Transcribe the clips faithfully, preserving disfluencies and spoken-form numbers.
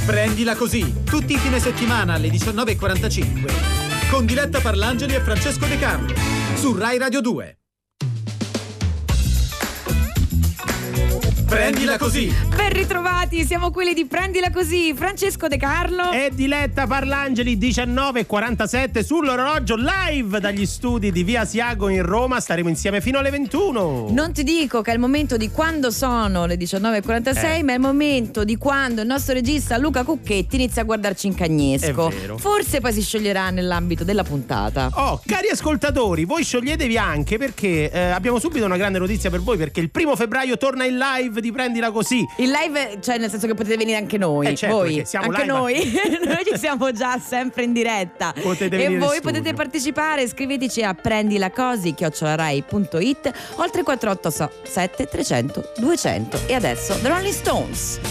Prendila così, tutti i fine settimana alle diciannove e quarantacinque, con Diletta Parlangeli e Francesco De Carlo, su Rai Radio due. Prendila così! Ben ritrovati, siamo quelli di Prendila così, Francesco De Carlo e Diletta Parlangeli. Diciannove e quarantasette sull'orologio, live dagli studi di Via Asiago in Roma. Staremo insieme fino alle ventuno. Non ti dico che è il momento di quando sono le diciannove e quarantasei, eh. ma è il momento di quando il nostro regista Luca Cucchetti inizia a guardarci in cagnesco. È vero. Forse poi si scioglierà nell'ambito della puntata. Oh, cari ascoltatori, voi scioglietevi anche perché eh, abbiamo subito una grande notizia per voi, perché il primo febbraio torna il live di Prendila così. Il live, cioè nel senso che potete venire anche noi, eh certo, voi, siamo anche live. noi noi ci siamo già sempre in diretta. Potete e venire voi potete partecipare, scriveteci a prendilacosi chiocciola rai punto it o al tre quattro otto sette trecento duecento. E adesso The Rolling Stones.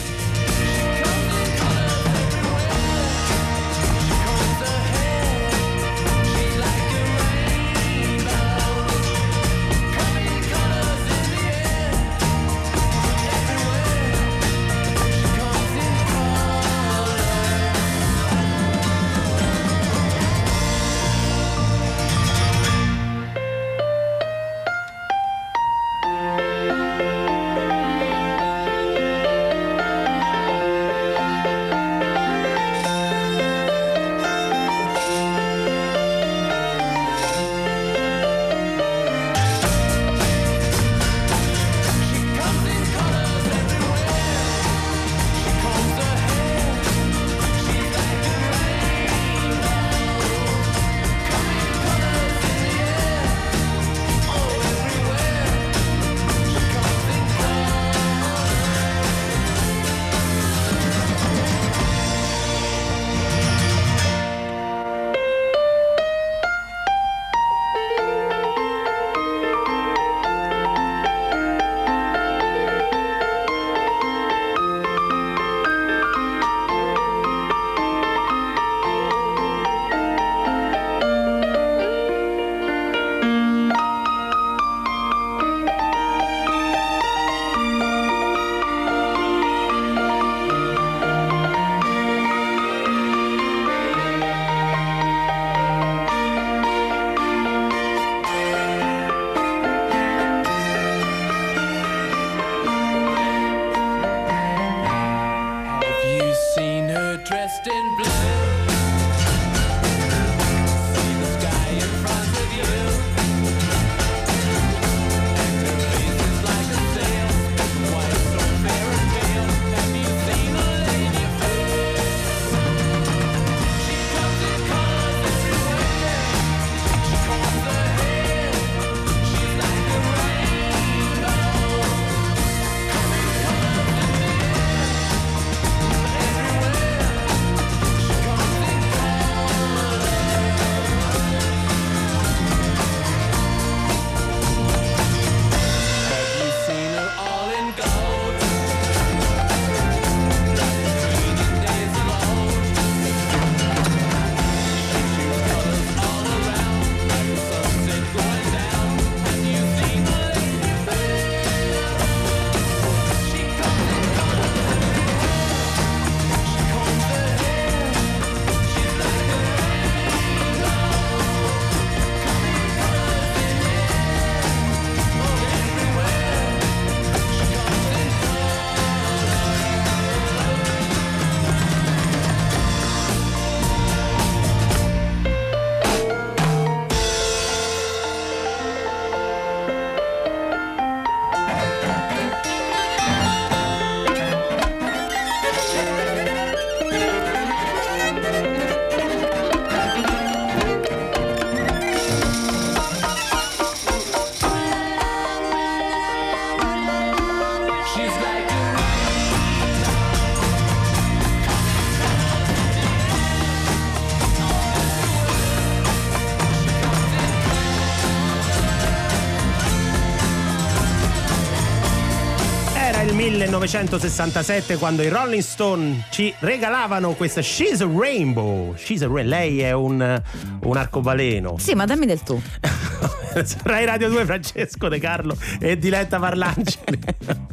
millenovecentosessantasette, quando i Rolling Stone ci regalavano questa She's a Rainbow. She's a Ra- lei è un, un arcobaleno. Sì, ma dammi del tu. Rai Radio due, Francesco De Carlo e Diletta Parlangeli.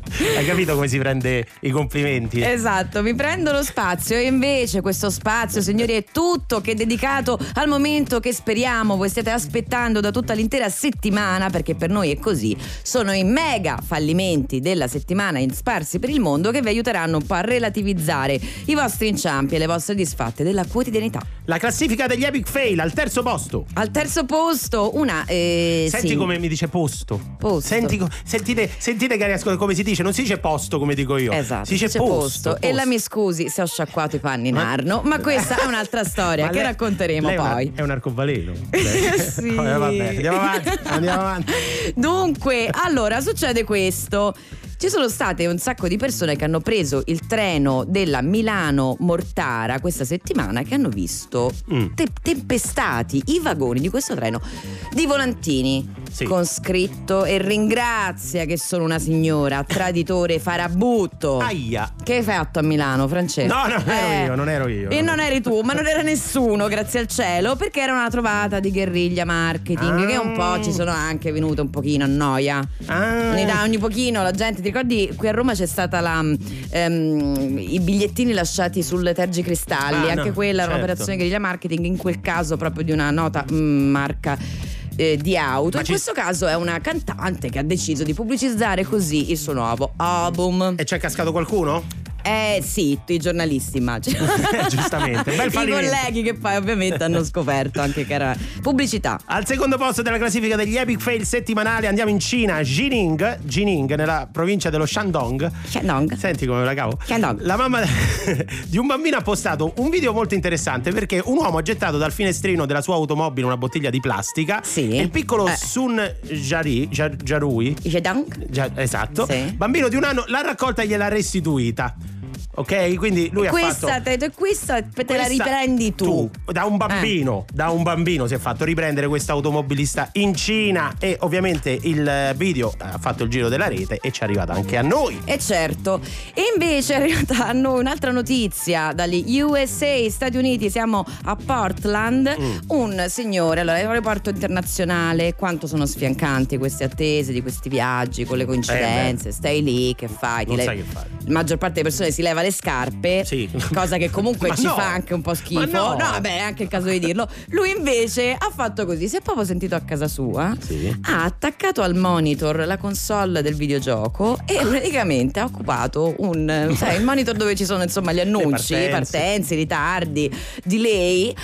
Hai capito come si prende i complimenti? Esatto, mi prendo lo spazio e invece questo spazio, signori, è tutto che è dedicato al momento che speriamo voi stiate aspettando da tutta l'intera settimana, perché per noi è così. Sono i mega fallimenti della settimana sparsi per il mondo che vi aiuteranno un po' a relativizzare i vostri inciampi e le vostre disfatte della quotidianità. La classifica degli epic fail al terzo posto. Al terzo posto una eh, Senti sì. come mi dice posto. Posto. Senti, sentite, sentite cari ascoltatori, come si dice, non si dice posto come dico io. Esatto, si dice c'è posto, posto. posto. E la mi scusi se ho sciacquato i panni in arno, ma questa è un'altra storia Ma che lei- racconteremo lei è una- poi. È un arcobaleno. Sì. Vabbè, vabbè, andiamo avanti, andiamo avanti. Dunque, allora succede questo. Ci sono state un sacco di persone che hanno preso il treno della Milano-Mortara questa settimana, che hanno visto Mm. te- tempestati i vagoni di questo treno di volantini. Sì. Con scritto "e ringrazia che sono una signora, traditore, farabutto". Aia. Che hai fatto a Milano, Francesco? No, non ero io, non ero io. E non eri tu, ma non era nessuno, grazie al cielo, perché era una trovata di guerriglia marketing Ah. che un po' ci sono anche venute un pochino a noia. Ah. Ogni, da- ogni pochino la gente, ti ricordi qui a Roma c'è stata la ehm, i bigliettini lasciati sulle tergicristalli, Ah, anche no, quella era certo. un'operazione guerriglia marketing, in quel caso proprio di una nota mm, marca eh, di auto. Ma in ci- questo caso è una cantante che ha deciso di pubblicizzare così il suo nuovo album. E c'è cascato qualcuno? Eh sì, i giornalisti immagino. Giustamente, bel I fallimento. colleghi che poi ovviamente hanno scoperto anche che era pubblicità. Al secondo posto della classifica degli epic fail settimanali andiamo in Cina, Jining, Jining nella provincia dello Shandong. Shandong. Senti come la cavo. Shandong. La mamma di un bambino ha postato un video molto interessante perché un uomo ha gettato dal finestrino della sua automobile una bottiglia di plastica. Sì. E il piccolo Eh. Sun Jari, Jar- Jarui, Shandong. Gia- esatto, Sì. bambino di un anno, l'ha raccolta e gliel'ha restituita. Ok, quindi lui Questa, ha fatto. te, te- questa te la Questa- riprendi tu. Da un bambino, da un bambino si è fatto riprendere questo automobilista in Cina e ovviamente il video ha fatto il giro della rete e ci è arrivato anche a noi. E certo. E invece è arrivata a noi un'altra notizia dagli U S A, Stati Uniti, siamo a Portland. Mm. Un signore, allora, l'aeroporto internazionale, quanto sono sfiancanti queste attese di questi viaggi con le coincidenze, stai lì, che fai? Ti Non le- sai che fare. La maggior parte delle persone si leva le scarpe, Sì. cosa che comunque Ma ci no. fa anche un po' schifo. Ma no. vabbè, è anche il caso di dirlo. Lui invece ha fatto così, si è proprio sentito a casa sua, Sì. ha attaccato al monitor la console del videogioco e praticamente ha occupato un sai, il monitor dove ci sono insomma gli annunci, partenze. partenze, ritardi, delay,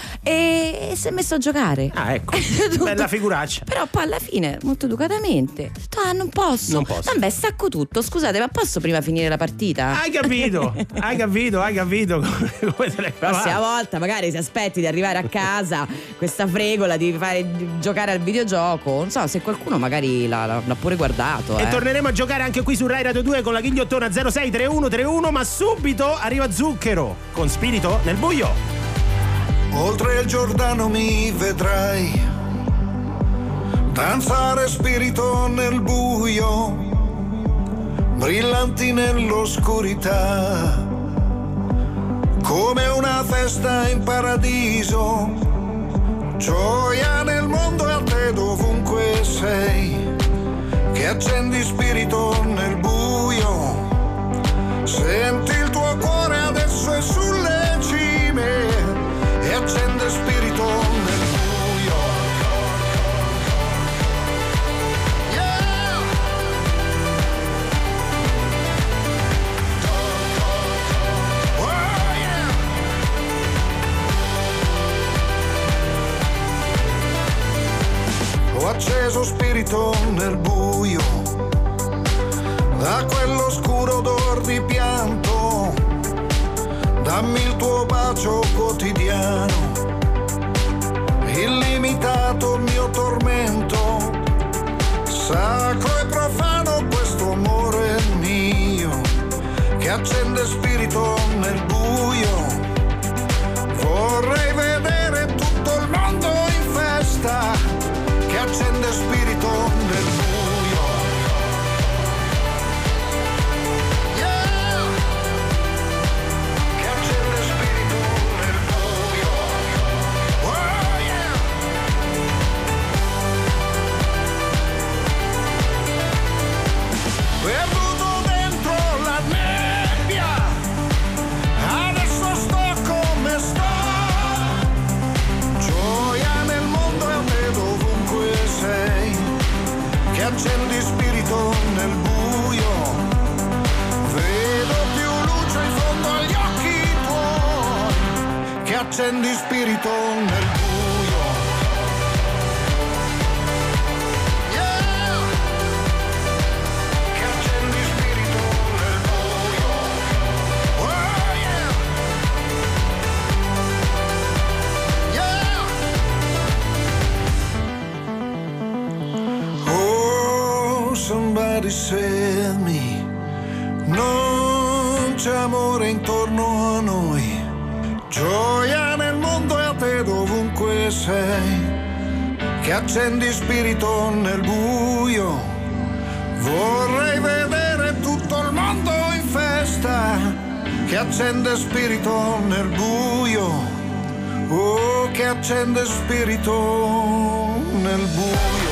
e si è messo a giocare. Ah, ecco. Tutto. Bella figuraccia. Però poi alla fine, molto educatamente, ha detto, ah, non posso. Non posso. Vabbè, stacco tutto. Scusate, ma posso prima finire la partita? Hai capito? Hai capito? Hai capito come, come te l'hai La prossima cavata? volta magari si aspetti di arrivare a casa questa fregola di fare di giocare al videogioco. Non so se qualcuno magari l'ha, l'ha- l'ha pure guardato. E eh. torneremo a giocare anche qui su Rai Radio due con la ghigliottona zero sei tre uno tre uno, ma subito arriva Zucchero con Spirito nel buio. Oltre il Giordano mi vedrai danzare spirito nel buio, brillanti nell'oscurità, come una festa in paradiso, gioia nel mondo e a te dovunque sei, che accendi spirito nel buio, senti il tuo cuore adesso è sulle cime e accende spirito nel buio. Yeah! Oh, yeah! Ho acceso spirito nel buio, da quell'oscuro odor di pianto, dammi il tuo bacio quotidiano, illimitato il mio tormento, sacro e profano questo amore mio, che accende spirito nel buio, vorrei vedere tutto il mondo in festa, che accende spirito nel buio. Yeah! Che accende spirito nel buio. Oh yeah! Perduto dentro accendi spirito nel buio. Yeah! Che accendi spirito nel buio. Oh yeah! Yeah! Oh, somebody said me, non c'è amore intorno a noi, gioia nel mondo e a te dovunque sei, che accendi spirito nel buio. Vorrei vedere tutto il mondo in festa, che accende spirito nel buio. Oh, che accende spirito nel buio.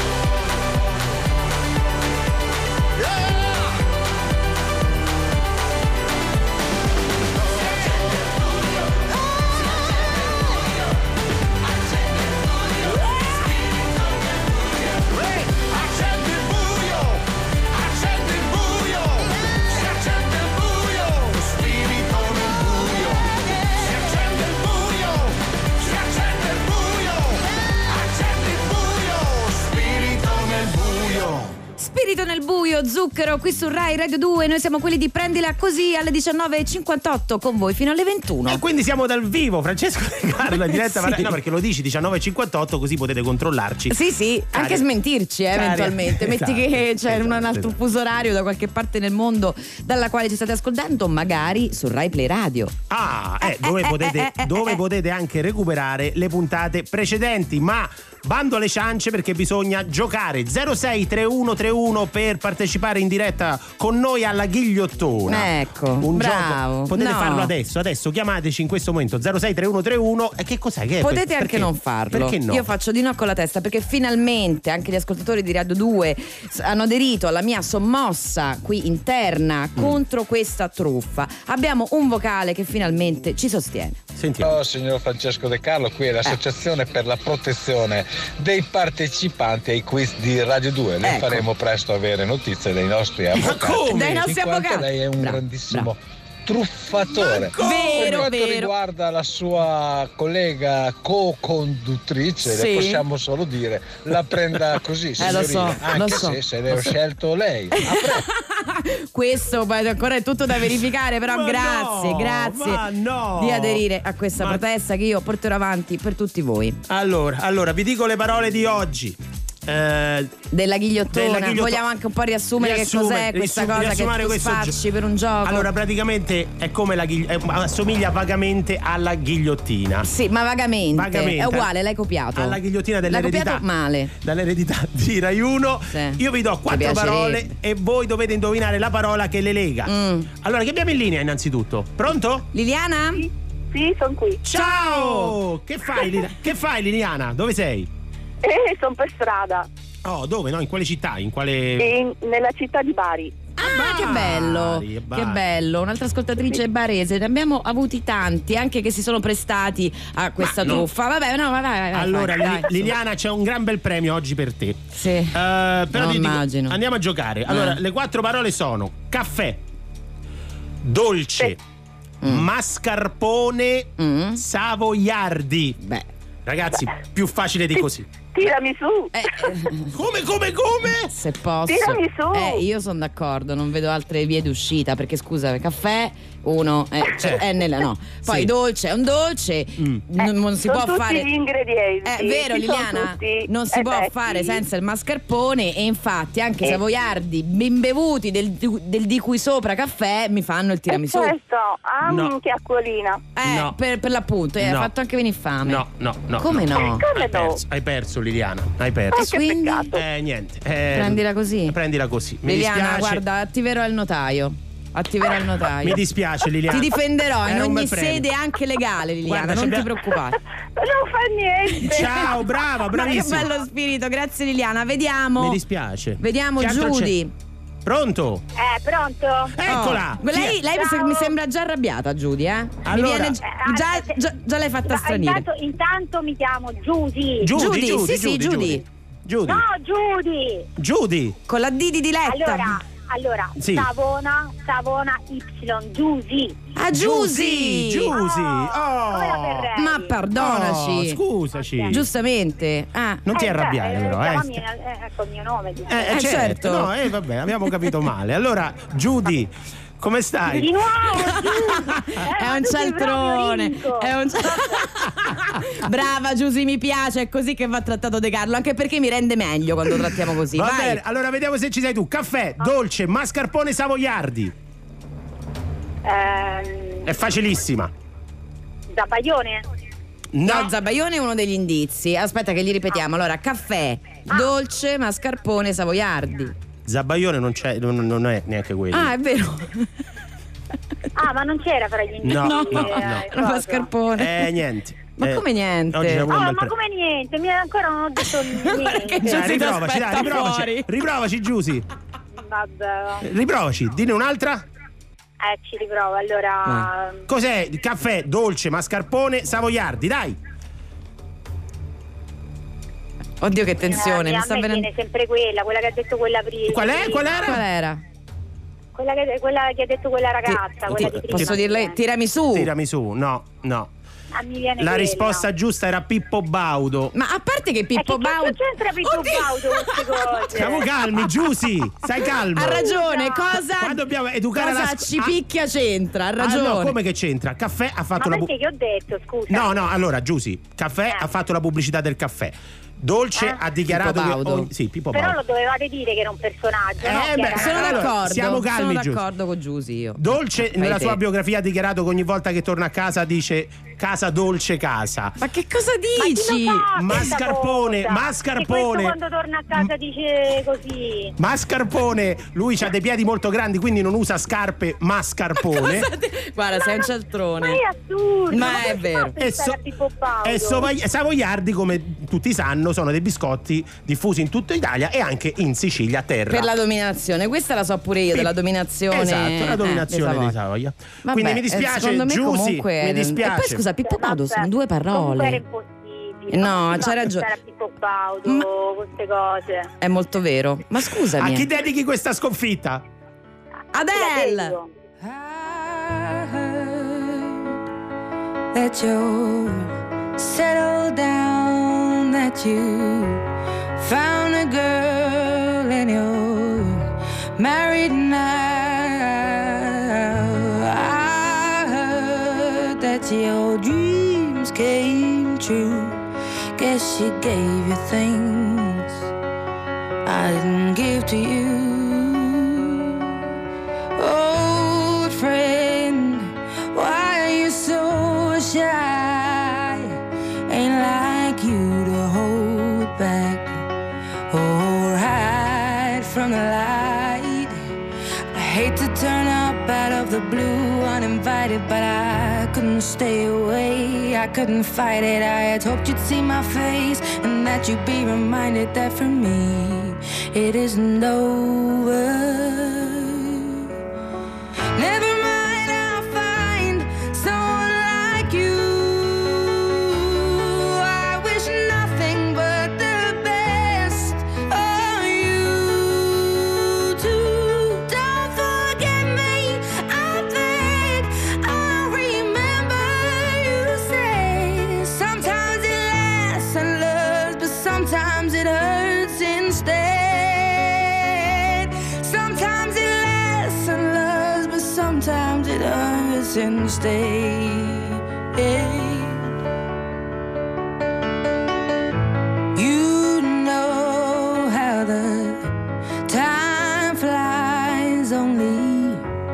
Spirito nel buio, Zucchero qui su Rai Radio due. Noi siamo quelli di Prendila Così alle diciannove e cinquantotto con voi fino alle ventuno. E quindi siamo dal vivo, Francesco De Carlo in diretta. Sì. No, perché lo dici diciannove e cinquantotto, così potete controllarci. Sì, sì, Cari- anche smentirci eh, cari- eventualmente. Metti esatto, che c'è esatto, un altro esatto. fuso orario da qualche parte nel mondo dalla quale ci state ascoltando, magari su Rai Play Radio. Ah, eh, Eh, dove, eh, potete, eh, eh, dove eh. potete anche recuperare le puntate precedenti. Ma bando alle ciance, perché bisogna giocare. Zero sei tre uno tre uno per partecipare in diretta con noi alla ghigliottona. Ecco, un bravo. gioco. Potete No. farlo adesso. Adesso chiamateci in questo momento zero sei tre uno tre uno. E che cos'è? Che è? Potete Perché? anche non farlo. Perché no? Io faccio di no con la testa, perché finalmente anche gli ascoltatori di Radio due s- hanno aderito alla mia sommossa qui interna Mm. contro questa truffa. Abbiamo un vocale che finalmente ci sostiene. Sentiamo. Ciao signor Francesco De Carlo, qui è l'Associazione per la protezione dei partecipanti ai quiz di Radio due. Ne Ecco. faremo presto avere notizie dai nostri avvocati. come? Dai nostri in quanto avvocati. lei è un Bravo, grandissimo bravo. truffatore. come? Vero, Per quanto vero. riguarda la sua collega co-conduttrice, Sì. le possiamo solo dire la prenda così, Eh, lo signorina, so, anche lo so, se se lo l'ho so. scelto lei. A presto. Questo poi ancora è tutto da verificare, però Ma grazie, no, grazie ma no. di aderire a questa Ma- protesta che io porterò avanti per tutti voi. Allora, allora, vi dico le parole di oggi. Eh, Della ghigliottona, Della ghigliotto- vogliamo anche un po' riassumere Riassume- che cos'è questa riassu- cosa che riassumere tu questo spacci gio- per un gioco. Allora, praticamente è come la ghigli- è- assomiglia vagamente alla ghigliottina. Sì, ma vagamente, Vagamente. è uguale, l'hai copiato. Alla ghigliottina L'hai dell'eredità. copiato male. Dall'eredità di Rai uno. Sì. Io vi do Mi quattro piacerebbe. parole e voi dovete indovinare la parola che le lega. Mm. Allora, che abbiamo in linea innanzitutto? Pronto? Liliana? Sì, sono qui. Ciao! Che fai, Lili- che fai Liliana? Dove sei? Eh, sono per strada, Oh, dove? No, in quale città? In quale... in- nella città di Bari. Ah, che bello, Bari, che Bari. bello. Un'altra ascoltatrice barese. Ne abbiamo avuti tanti, anche che si sono prestati a questa Ma no. truffa. Vabbè, no, vai, vai, vai. Allora, vai, Lili- vai. Liliana, c'è un gran bel premio oggi per te. Sì. Eh, però No, ti dico, immagino. andiamo a giocare. Allora, Eh. le quattro parole sono caffè, dolce, mascarpone, Mm. savoiardi. Beh. Ragazzi, più facile di così. Tirami su. Eh, Come, come, come? se posso. Tirami su. Eh, io sono d'accordo, non vedo altre vie d'uscita, perché scusa, caffè, uno, eh, cioè, è nella no. Poi Sì. dolce, è un dolce, Mm. n- non si sono può tutti fare. gli ingredienti. È vero, Ci sono Liliana, tutti- non si eh può beh, fare sì. senza il mascarpone, e infatti anche Eh. savoiardi ben bevuti del, del di cui sopra caffè mi fanno il Eh, tiramisù. certo, ah, No. che acquolina. Eh, No. per, per l'appunto, eh, No. ha fatto anche venire fame. No, no, no. Come no? Eh, come Hai no? perso, hai perso, Liliana. Hai perso. Eh, che quindi? peccato. Eh, niente. eh, Prendila così. Prendila così. Mi Liliana, dispiace. guarda, attiverò il notaio. Attiverò il notaio. Mi dispiace, Liliana. Ti difenderò in Era un ogni bel premio. sede, anche legale, Liliana, Guarda, non ci ti abbia- preoccupare. Non fa niente. Ciao, brava, Ma che bravissima. bello spirito, grazie Liliana. Vediamo. Mi dispiace. Vediamo Che altro Judy. c'è? Pronto? Eh, pronto? Eccola! Oh, lei, lei Ciao. mi sembra già arrabbiata, Judy, eh? Mi Allora- viene- Eh, già, eh, già, già l'hai fatta Ma stranire. Intanto, intanto mi chiamo Giusy. Judy, Judy, Judy, sì, sì, Judy, Judy. Judy. Judy. No, Giudy. Judy. Con la D di Diletta. Allora, Allora, Sì. Savona, Savona Y, Giusy. Ah, Giusy! Giusy! Oh, come la Ferreri. Ma perdonaci. Oh, scusaci. Giustamente. Ah. Non ti Eh, arrabbiare beh, però, eh. chiamami, eh, ecco il mio nome. giusto? Eh, Eh, certo. certo. No, eh, vabbè, abbiamo capito male. Allora, Giudy, come stai? Di nuovo, Giusy. Eh, È ma un tu sei cialtrone. proprio ricco. È un Brava Giusy, mi piace, è così che va trattato De Carlo, anche perché mi rende meglio quando trattiamo così. Va Vai. bene, allora vediamo se ci sei tu. Caffè, dolce, mascarpone, savoiardi. Ehm, È facilissima. Zabaione. No, Zabaione è uno degli indizi. Aspetta che li ripetiamo. Allora, caffè, dolce, mascarpone, savoiardi. Zabaione non c'è, non, non è neanche quello. Ah, è vero. Ah, ma non c'era fra gli indizi. No, no, eh, no. Era cosa? mascarpone. Eh, niente. Ma Eh, come niente? oggi c'è un Oh, bel ma pre- come niente, mi ancora non ho detto Perché niente. Giusy Dai, ti riprovaci, aspetta dai, riprovaci. fuori. Riprovaci, Giusy. Vabbè, Riprovaci, dine un'altra. eh, ci riprovo. Allora, Cos'è? Caffè, dolce, mascarpone, savoiardi, dai. Oddio, che eh, tensione. Mi a sta me venendo. viene sempre quella, quella che ha detto quella prima. Qual è? Qual era? Qual era? Quella che, quella che ha detto quella ragazza, Ti- quella ti- di prima. posso dirle? Tirami su. Tirami su. No, no. Ah, mi viene La quella. risposta giusta era Pippo Baudo. Ma a parte che Eh, Pippo che cazzo Baudo. c'entra Pippo Oddio! Baudo con queste cose? Siamo calmi, Giusy. Stai calmo. Ha ragione, cosa? Qua dobbiamo educare cosa la scu- ci ah. picchia c'entra, ha Ah, ragione. no, come che c'entra? Caffè ha fatto Ma la bu- perché che ho detto, scusa? No, no, allora Giusy, Caffè Eh. ha fatto la pubblicità del caffè. Dolce Eh? ha dichiarato Pippo che Baudo. ogni- sì, Pippo Però Baudo. lo dovevate dire che era un personaggio, no? Eh, Che beh, era- Sono Allora, d'accordo. siamo calmi, Sono Giusy. d'accordo con Giusy io. Dolce Fai nella te. sua biografia ha dichiarato che ogni volta che torna a casa dice casa dolce casa. Ma che cosa Ma chi dici? lo fa Mascarpone, questa cosa? mascarpone. Che questo quando torna a casa dice così. Mascarpone, lui ha dei piedi molto grandi, quindi non usa scarpe, ma scarpone. Guarda, sei un Ma cialtrone. è assurdo. Ma come è si vero. fa a pensare a Pippo Baudo? e sovai- savoiardi, come tutti sanno, sono dei biscotti diffusi in tutta Italia e anche in Sicilia a terra. Per la dominazione, questa la so pure io, della dominazione. Esatto, la eh, dominazione dei di Savoia. Savoia. Vabbè, Quindi mi eh, dispiace, secondo me Giusy, comunque- mi dispiace. E poi scusa, Pippo Baudo sono due Comunque era parole. impossibile. No, Come si c'hai fa a ragione. pensare a Pippo Baudo, queste cose. È molto vero. Ma A scusami. chi eh. dedichi questa sconfitta? Adele! That you settled down, that you found a girl and you're married now. I heard that your dreams came true. Guess she gave you things I didn't give to you. Old friend, why are you so shy? Ain't like you to hold back or hide from the light. I hate to turn up out of the blue uninvited, but I couldn't stay away. I couldn't fight it. I had hoped you'd see my face and that you'd be reminded that for me it isn't over. Never mind, I'll find someone like you. I wish nothing but the best of you too. Don't forget me, I beg. I remember you say sometimes it lasts and loves, but sometimes it hurts instead. Sometimes it lasts and loves, but sometimes it hurts instead. You know how the time flies. Only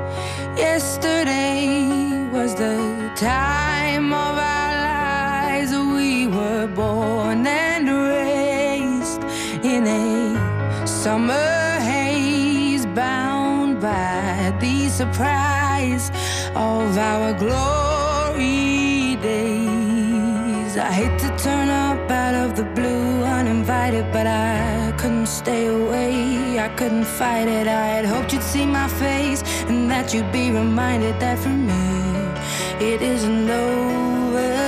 yesterday was the time of our lives. We were born and raised in a summer haze, bound by the surprise of our glory days. I hate to turn up out of the blue uninvited, but I couldn't stay away. I couldn't fight it. I had hoped you'd see my face and that you'd be reminded that for me it isn't over.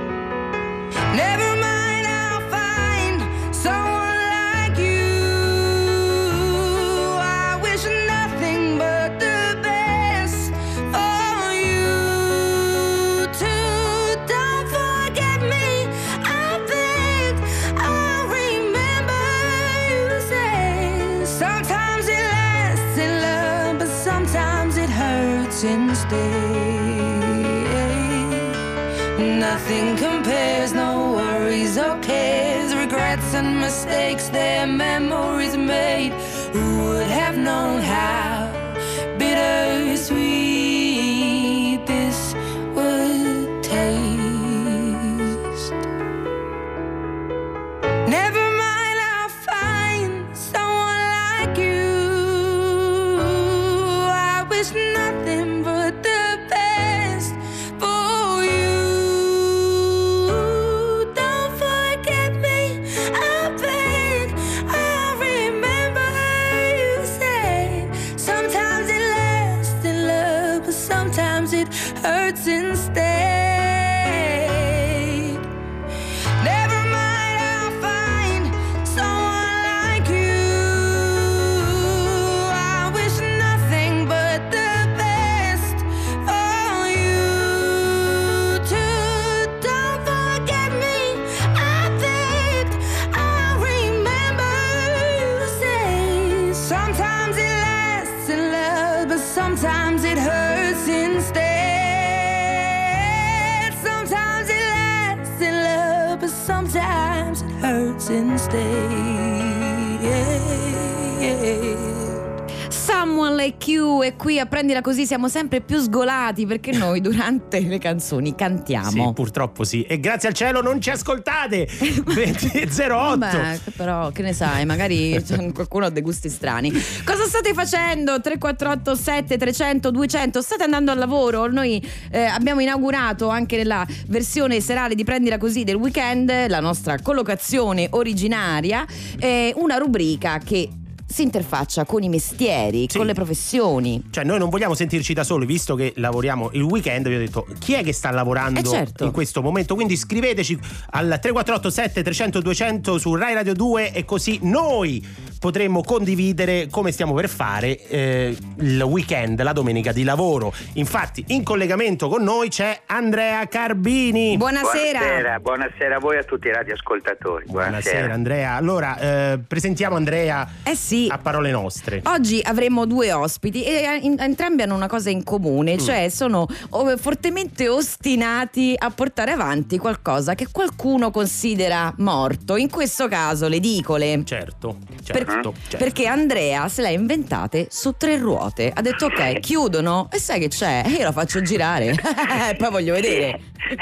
Never mind, I'll find someone like you. instead. Nothing compares, no worries or cares, regrets and mistakes, their memories made. Who would have known how bittersweet this would taste? Never mind, I'll find someone like you. I wish nothing but the best for you. Don't forget me, I beg. I remember you said sometimes it lasts in love, but sometimes it hurts instead. Never mind, I'll find someone like you. I wish nothing but the best for you too. Don't forget me, I begged. I remember you say sometimes it lasts in love, but sometimes it hurts instead. Sometimes it lasts in love, but sometimes it hurts instead. Someone Like You, e qui a Prendila Così siamo sempre più sgolati perché noi durante le canzoni cantiamo. Sì, purtroppo sì. E grazie al cielo non ci ascoltate. venti zero otto. Beh, però che ne sai, magari qualcuno ha dei gusti strani. Cosa state facendo? tre quattro otto sette trecento duecento. State andando al lavoro? Noi eh, abbiamo inaugurato anche nella versione serale di Prendila Così del weekend, la nostra collocazione originaria, eh, una rubrica che si interfaccia con i mestieri, Sì. con le professioni. Cioè noi non vogliamo sentirci da soli, visto che lavoriamo il weekend. Vi ho detto, chi è che sta lavorando Eh, certo. in questo momento? Quindi scriveteci al tre quattro otto sette trecento duecento su Rai Radio due, e così noi potremmo condividere come stiamo per fare eh, il weekend, la domenica di lavoro. Infatti in collegamento con noi c'è Andrea Carbini. Buonasera. Buonasera, buonasera a voi e a tutti i radioascoltatori. Buonasera, Buonasera. Andrea. Allora eh, presentiamo Andrea Eh sì. a parole nostre. Oggi avremo due ospiti e in- entrambi hanno una cosa in comune, cioè sono oh, fortemente ostinati a portare avanti qualcosa che qualcuno considera morto, in questo caso le edicole. Certo, Per- certo, certo. Perché Andrea se le ha inventate su tre ruote, ha detto ok, chiudono e sai che c'è, io la faccio girare e poi voglio vedere.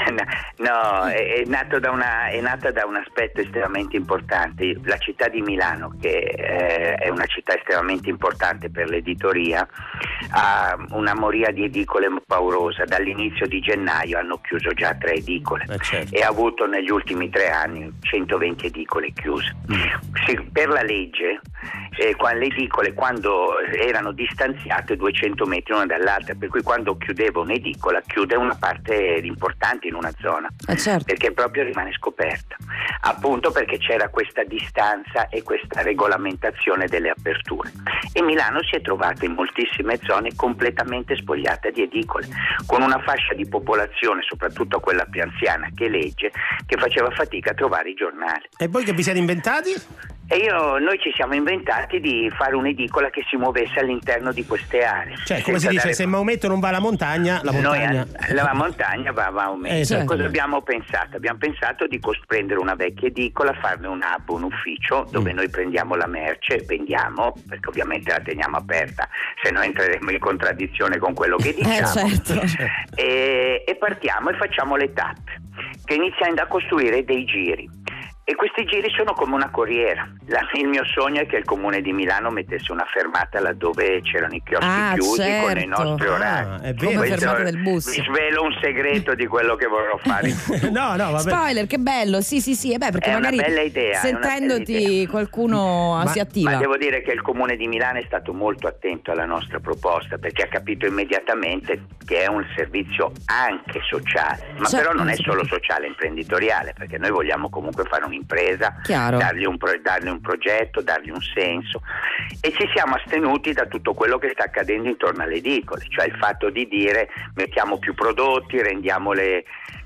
No, è, è, nato da una, è nata da un aspetto estremamente importante. La città di Milano, che eh, è una città estremamente importante per l'editoria, ha una moria di edicole paurosa. Dall'inizio di gennaio hanno chiuso già tre edicole Eh, certo. e ha avuto negli ultimi tre anni centoventi edicole chiuse. Sì, per la legge eh, qua- le edicole quando erano distanziate duecento metri una dall'altra, per cui quando chiudeva un'edicola chiude una parte importante in una zona, Eh, certo. perché proprio rimane scoperta, appunto perché c'era questa distanza e questa regolamentazione delle aperture. E Milano si è trovata in moltissime zone completamente spogliata di edicole, con una fascia di popolazione, soprattutto quella più anziana che legge, che faceva fatica a trovare i giornali. E voi che vi siete inventati? E io, noi ci siamo inventati di fare un'edicola che si muovesse all'interno di queste aree. Cioè, come si senza dice, dare- se Maometto non va alla montagna, la montagna... Noi, la montagna va a Maometto. Eh, esatto. Cosa abbiamo pensato? Abbiamo pensato di prendere una vecchia edicola, farne un hub, un ufficio dove Mm. noi prendiamo la merce, vendiamo, perché ovviamente la teniamo aperta, se no entreremo in contraddizione con quello che Eh diciamo. certo. e, e partiamo e facciamo le tappe, che iniziando a costruire dei giri. E questi giri sono come una corriera. La- il mio sogno è che il comune di Milano mettesse una fermata laddove c'erano i chioschi Ah, chiusi certo. con i nostri Ah, orari. è Come vero. Questo- fermata del bus. Vi svelo un segreto di quello che vorrò fare in futuro. No, no, vabbè. Spoiler, che bello, sì sì sì, e beh, perché È una magari bella idea, è una bella sentendoti idea. qualcuno Ma- si attiva. Ma devo dire che il comune di Milano è stato molto attento alla nostra proposta, perché ha capito immediatamente che è un servizio anche sociale, ma Certo, però non è sì. solo sociale e imprenditoriale, perché noi vogliamo comunque fare un'impresa, Chiaro. dargli un, pro- dargli un progetto, dargli un senso, e ci siamo astenuti da tutto quello che sta accadendo intorno alle edicole, cioè il fatto di dire mettiamo più prodotti, rendiamole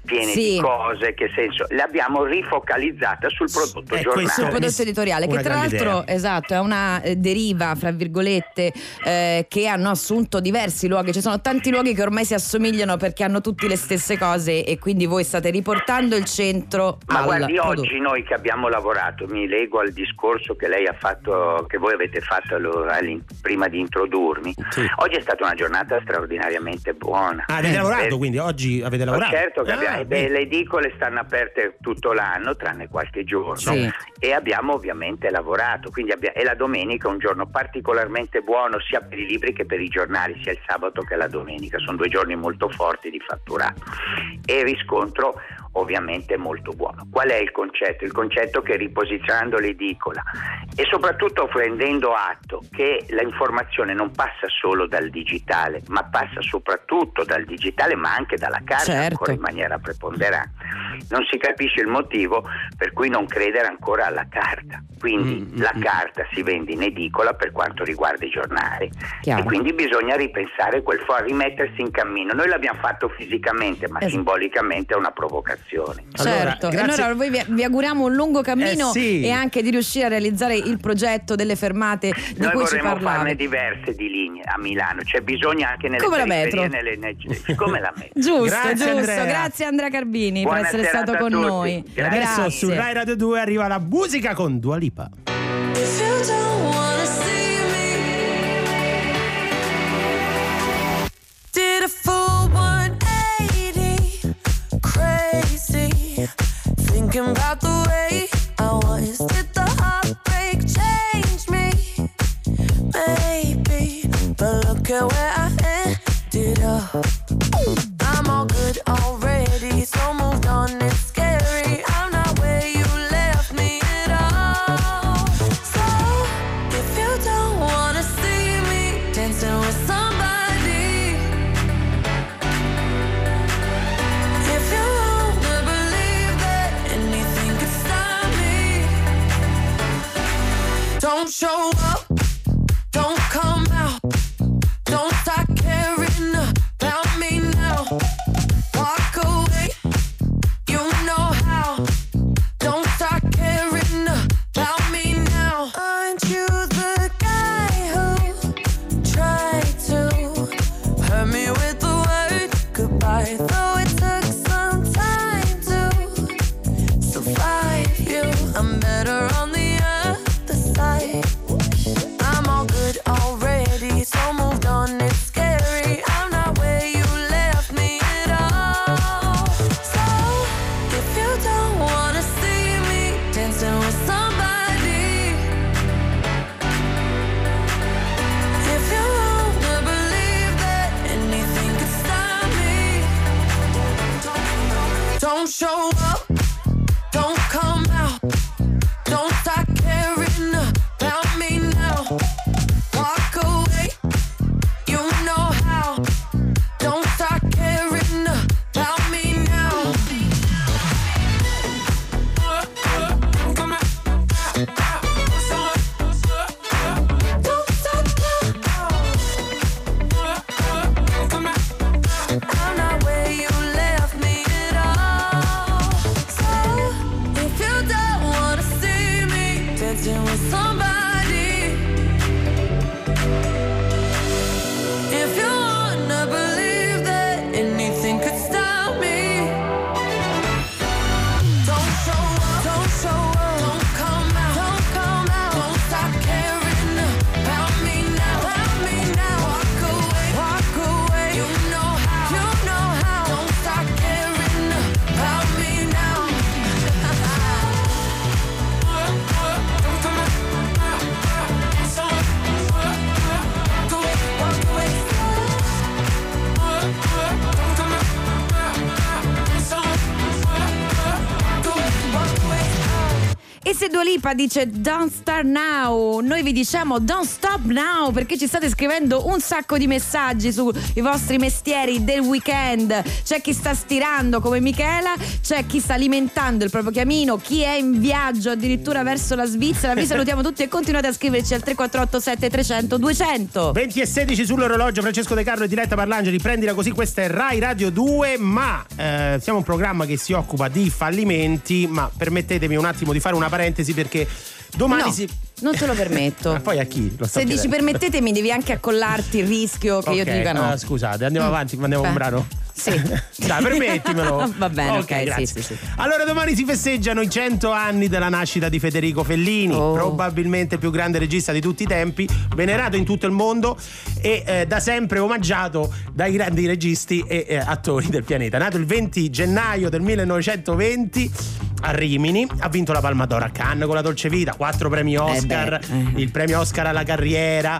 piene Sì. di cose, che senso, l'abbiamo rifocalizzata sul prodotto Eh, giornale. questo- Sul prodotto editoriale, che Una tra grande l'altro idea. esatto è una eh, deriva fra virgolette eh, che hanno assunto diversi luoghi. Ci sono tanti luoghi che ormai si assomigliano perché hanno tutti le stesse cose, e quindi voi state riportando il centro Ma al guardi, prodotto. oggi noi che abbiamo lavorato, mi lego al discorso che lei ha fatto, che voi avete fatto lo- all'in- prima di introdurmi. Sì. Oggi è stata una giornata straordinariamente buona. Ah, avete Eh, lavorato, eh, quindi oggi avete ma lavorato? certo che Ah, abbiamo, eh, beh, bene. le edicole stanno aperte tutto l'anno, tranne qualche giorno, Sì. e abbiamo ovviamente lavorato, quindi abbia- e la domenica è un giorno particolarmente buono sia per i libri che per i giornali, sia il sabato che la domenica, sono due giorni molto forti di fatturato e il riscontro ovviamente molto buono. Qual è il concetto? Il concetto che riposizionando l'edicola e soprattutto prendendo atto che l'informazione non passa solo dal digitale, ma passa soprattutto dal digitale, ma anche dalla carta, Certo. ancora in maniera preponderante, non si capisce il motivo per cui non credere ancora alla carta. Quindi Mm, mm, la mm. carta si vende in edicola per quanto riguarda i giornali. Chiaro. E quindi bisogna ripensare quel fo- rimettersi in cammino. Noi l'abbiamo fatto fisicamente, ma Esatto. simbolicamente è una provocazione. Allora, Certo, e grazie- allora voi vi, vi auguriamo un lungo cammino Eh, sì. e anche di riuscire a realizzare il progetto delle fermate di Noi cui ci vorremmo parlavi. farne diverse di linee a Milano, c'è bisogno anche nelle Come la periferie, metro. nelle, nelle- come la metro. Giusto, Grazie, giusto. Andrea. Grazie Andrea Carbini Buona per essere serata stato a con tutti. noi. E adesso Grazie. su Rai Radio due arriva la musica con Dua Lipa. If you don't wanna see me, did a full one eighty, crazy, thinking about the way I was. Did the heartbreak change me? Maybe, but look at where I ended up. I'm all good already, so moved on, it's scary. I'm not where you left me at all. So, if you don't wanna see me dancing with somebody, if you wanna believe that anything could stop me, don't show up, don't come out, don't start caring about me now. Walk away, you know how. Don't start caring about me now. Aren't you the guy who tried to hurt me with the word goodbye? Though it took some time to survive you, I'm better on the other side. I'm all good already, so moved on, it's scary. I'm not where you left me at all. So, if you don't wanna see me dancing with somebody, if you wanna believe that anything could stop me, don't show up, don't come out, don't start caring about me now. Walk away, you know how. Don't start caring about me now. Don't stop now. I'm not where you left me at all. Questa è Dua Lipa, dice Don't Start Now. Noi vi diciamo Don't Stop Now perché ci state scrivendo un sacco di messaggi sui vostri mestieri del weekend. C'è chi sta stirando come Michela, c'è chi sta alimentando il proprio camino, chi è in viaggio addirittura verso la Svizzera. Vi salutiamo tutti e continuate a scriverci al tre quattro otto sette trecento duecento. venti e sedici sull'orologio. Francesco De Carlo e Diletta Parlangeli, prendila così. Questa è Rai Radio due, ma eh, siamo un programma che si occupa di fallimenti, ma permettetemi un attimo di fare una parentesi perché domani no. si... Non te lo permetto. Ma poi a chi? Lo sto Se dici chiedendo. permettetemi devi anche accollarti il rischio che okay, io ti dica no. Uh, scusate, andiamo mm. avanti, mandiamo Beh. un brano. Sì. Dai, permettimelo. Va bene, ok, ok, sì, sì, sì, sì. Allora domani si festeggiano i cento anni della nascita di Federico Fellini, oh. probabilmente il più grande regista di tutti i tempi, venerato in tutto il mondo e eh, da sempre omaggiato dai grandi registi e eh, attori del pianeta. Nato il venti gennaio del millenovecentoventi a Rimini, ha vinto la Palma d'Oro a Cannes con La Dolce Vita, quattro premi Oscar, eh beh, eh. il premio Oscar alla carriera,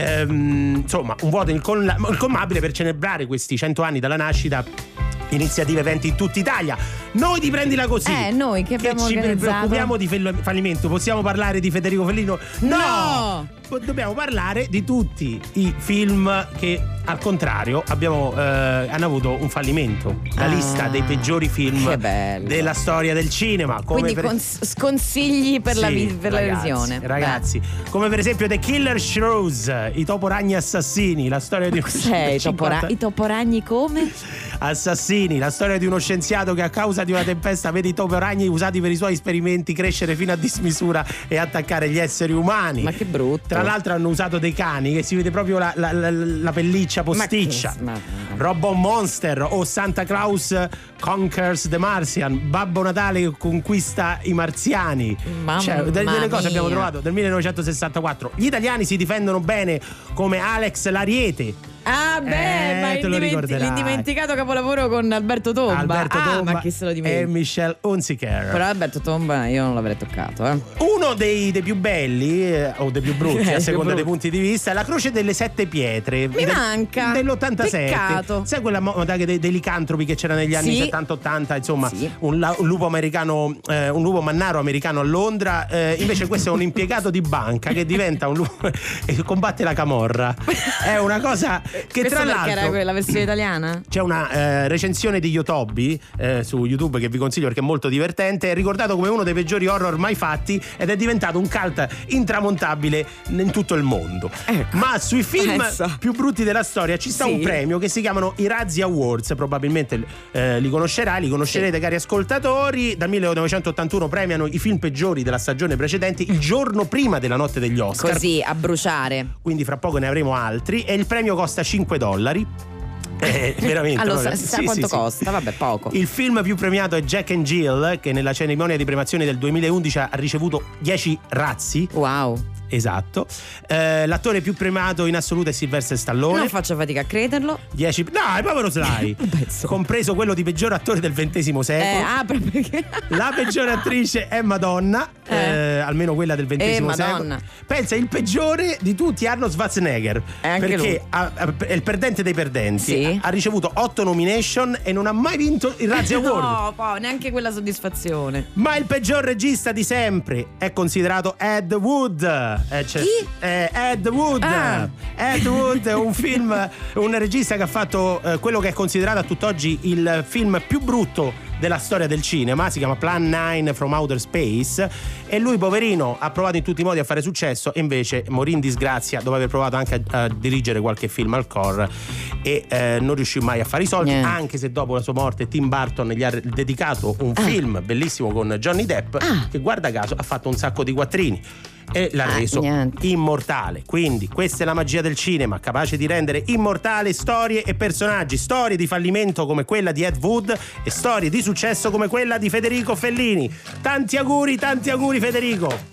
ehm, insomma un vuoto incolla- incolmabile per celebrare questi cento anni dalla nascita. Iniziative, eventi in tutta Italia. Noi di Prendila Così, Eh, noi che abbiamo ci organizzato. preoccupiamo di fall- fallimento, possiamo parlare di Federico Fellino? No! No! Dobbiamo parlare di tutti i film che al contrario abbiamo eh, hanno avuto un fallimento. La Ah, lista dei peggiori film che bello. della storia del cinema. Come Quindi per... cons- sconsigli per, la, Sì, vi- per ragazzi, la visione. Ragazzi, come per esempio The Killer Shrews, i toporagni assassini, la storia di Beh, cos'è i, topora- i toporagni come? Assassini, la storia di uno scienziato che a causa di una tempesta vede i toporagni usati per i suoi esperimenti crescere fino a dismisura e attaccare gli esseri umani. Ma che brutto. Tra l'altro hanno usato dei cani che si vede proprio la, la, la, la pelliccia posticcia. Ma che- ma- Robot Monster o Santa Claus Conquers the Martian, Babbo Natale che conquista i marziani. Mamma Cioè, delle, delle cose mia. abbiamo trovato del millenovecentosessantaquattro. Gli italiani si difendono bene come Alex Lariete. Ah beh, Eh, ma te lo indiment- ricorderai. l'indimenticato capolavoro con Alberto Tomba. Alberto ah, Tomba ma chi se lo e dimentica? Michelle Hunziker. Però Alberto Tomba io non l'avrei toccato, eh. Uno dei, dei più belli eh, o dei più brutti Eh, a più seconda dei brutti. punti di vista è La Croce delle Sette Pietre. Mi del- manca. dell'ottantasette. Peccato. Sai quella moda che dei, dei licantropi che c'era negli anni Sì. settanta ottanta, insomma, Sì. un, la- un lupo americano, eh, un lupo mannaro americano a Londra. eh, invece questo è un impiegato di banca che diventa un lupo e combatte la camorra. È una cosa che Questo tra perché l'altro era quella versione italiana? c'è una eh, recensione di Yotobi eh, su YouTube che vi consiglio perché è molto divertente. È ricordato come uno dei peggiori horror mai fatti ed è diventato un cult intramontabile in tutto il mondo. Ecco. Ma sui film Pensa. più brutti della storia ci sta Sì. un premio che si chiamano i Razzie Awards. Probabilmente eh, li conoscerai, li conoscerete, cari ascoltatori. Dal millenovecentottantuno premiano i film peggiori della stagione precedente il giorno prima della notte degli Oscar. Così, a bruciare. Quindi fra poco ne avremo altri e il premio costa cinque dollari. Eh, veramente Allora, proprio. sa, sa Sì, quanto sì, sì. costa? Vabbè, poco. Il film più premiato è Jack and Jill, che nella cerimonia di premiazione del duemilaundici ha ricevuto dieci razzi. Wow. Esatto. Eh, l'attore più premiato in assoluto è Sylvester Stallone. Non faccio fatica a crederlo. dieci Dai, povero Sly. Pezzo. Compreso quello di peggior attore del ventesimo Eh, secolo. ah, proprio perché. La peggiore attrice è Madonna, Eh. eh, almeno quella del ventesimo Eh, secolo. Madonna. Pensa, il peggiore di tutti è Arnold Schwarzenegger. Eh, anche perché lui. ha- ha- è il perdente dei perdenti. Sì. Ha ricevuto otto nomination e non ha mai vinto il Razzie Award. No, po', neanche quella soddisfazione. Ma il peggior regista di sempre è considerato Ed Wood. Eh, c'è- Chi? eh, Ed Wood. Ah. Ed Wood è un film, un regista che ha fatto eh, quello che è considerato a tutt'oggi il film più brutto della storia del cinema. Si chiama Plan nine from Outer Space e lui, poverino, ha provato in tutti i modi a fare successo e invece morì in disgrazia dopo aver provato anche a, a dirigere qualche film al core e eh, non riuscì mai a fare i soldi. Niente. Anche se dopo la sua morte Tim Burton gli ha dedicato un Ah. film bellissimo con Johnny Depp Ah. che, guarda caso, ha fatto un sacco di quattrini e l'ha Ah, reso niente. immortale. Quindi questa è la magia del cinema, capace di rendere immortale storie e personaggi, storie di fallimento come quella di Ed Wood e storie di successo come quella di Federico Fellini. Tanti auguri, tanti auguri Federico.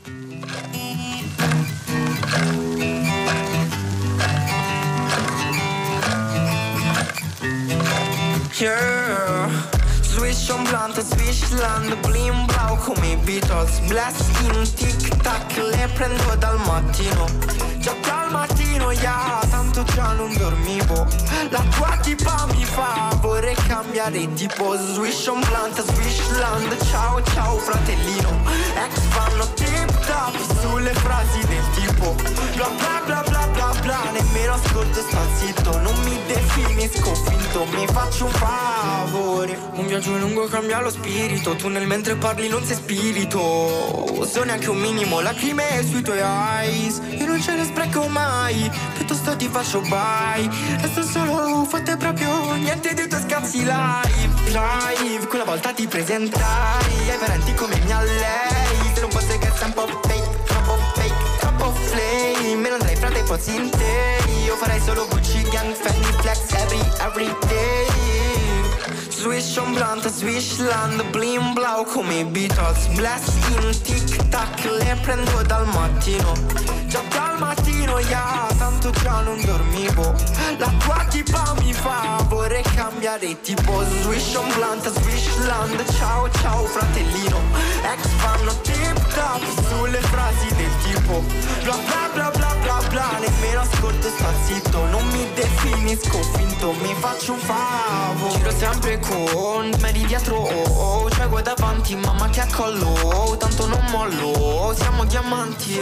Yeah. Swish on blunt, swish land, blim blau come i Beatles. Bless in tic tac, le prendo dal mattino. Già dal mattino, yeah, tanto già non dormivo. La tua tipa mi fa, vorrei camminare cambiare tipo Swish on blunt, Swishland. Ciao ciao fratellino. Ex fanno tip top sulle frasi del tipo bla bla bla bla bla bla. Nemmeno ascolto e sto zitto, non mi definisco finto, mi faccio un favore. Un viaggio lungo cambia lo spirito, tu nel mentre parli non sei spirito. So neanche un minimo lacrime sui tuoi eyes, io non ce ne spreco mai, piuttosto ti faccio bye. Resto solo, fate proprio niente dei tuoi scazzi live. Live, quella volta ti presentai ai parenti come mia lei. Se non fosse che sei un po' fake, troppo fake, troppo flame, me lo andrei fra dei pozzi interi. Io farei solo Gucci Gang, Fendi Flex every, every day. Swish on blunt, Swishland, blim blau come i Beatles. Bless in tic tac, le prendo dal mattino. Già dal mattino, yeah, tanto già non dormivo. La tua tipa mi fa, vorrei cambiare tipo Swish on blunt, Swishland. Ciao ciao fratellino. Ex fanno tip top sulle frasi del tipo bla bla bla bla bla bla. Nemmeno ascolto e sto zitto, non mi definisco finto, mi faccio un favo. Giro sempre con me di dietro, oh, oh. Cioè guai davanti, mamma che accollo, tanto non mollo, siamo diamanti.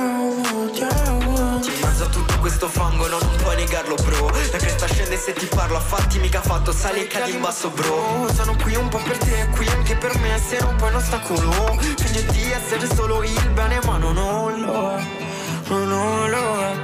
In mezzo a tutto questo fango no, non puoi negarlo bro. La cresta scende se ti parlo, a fatti mica fatto, sali e cadi in basso bro. Sono qui un po' per te, qui anche per me, se non poi un ostacolo. Fingo di essere solo il bene ma non lo è, non lo è,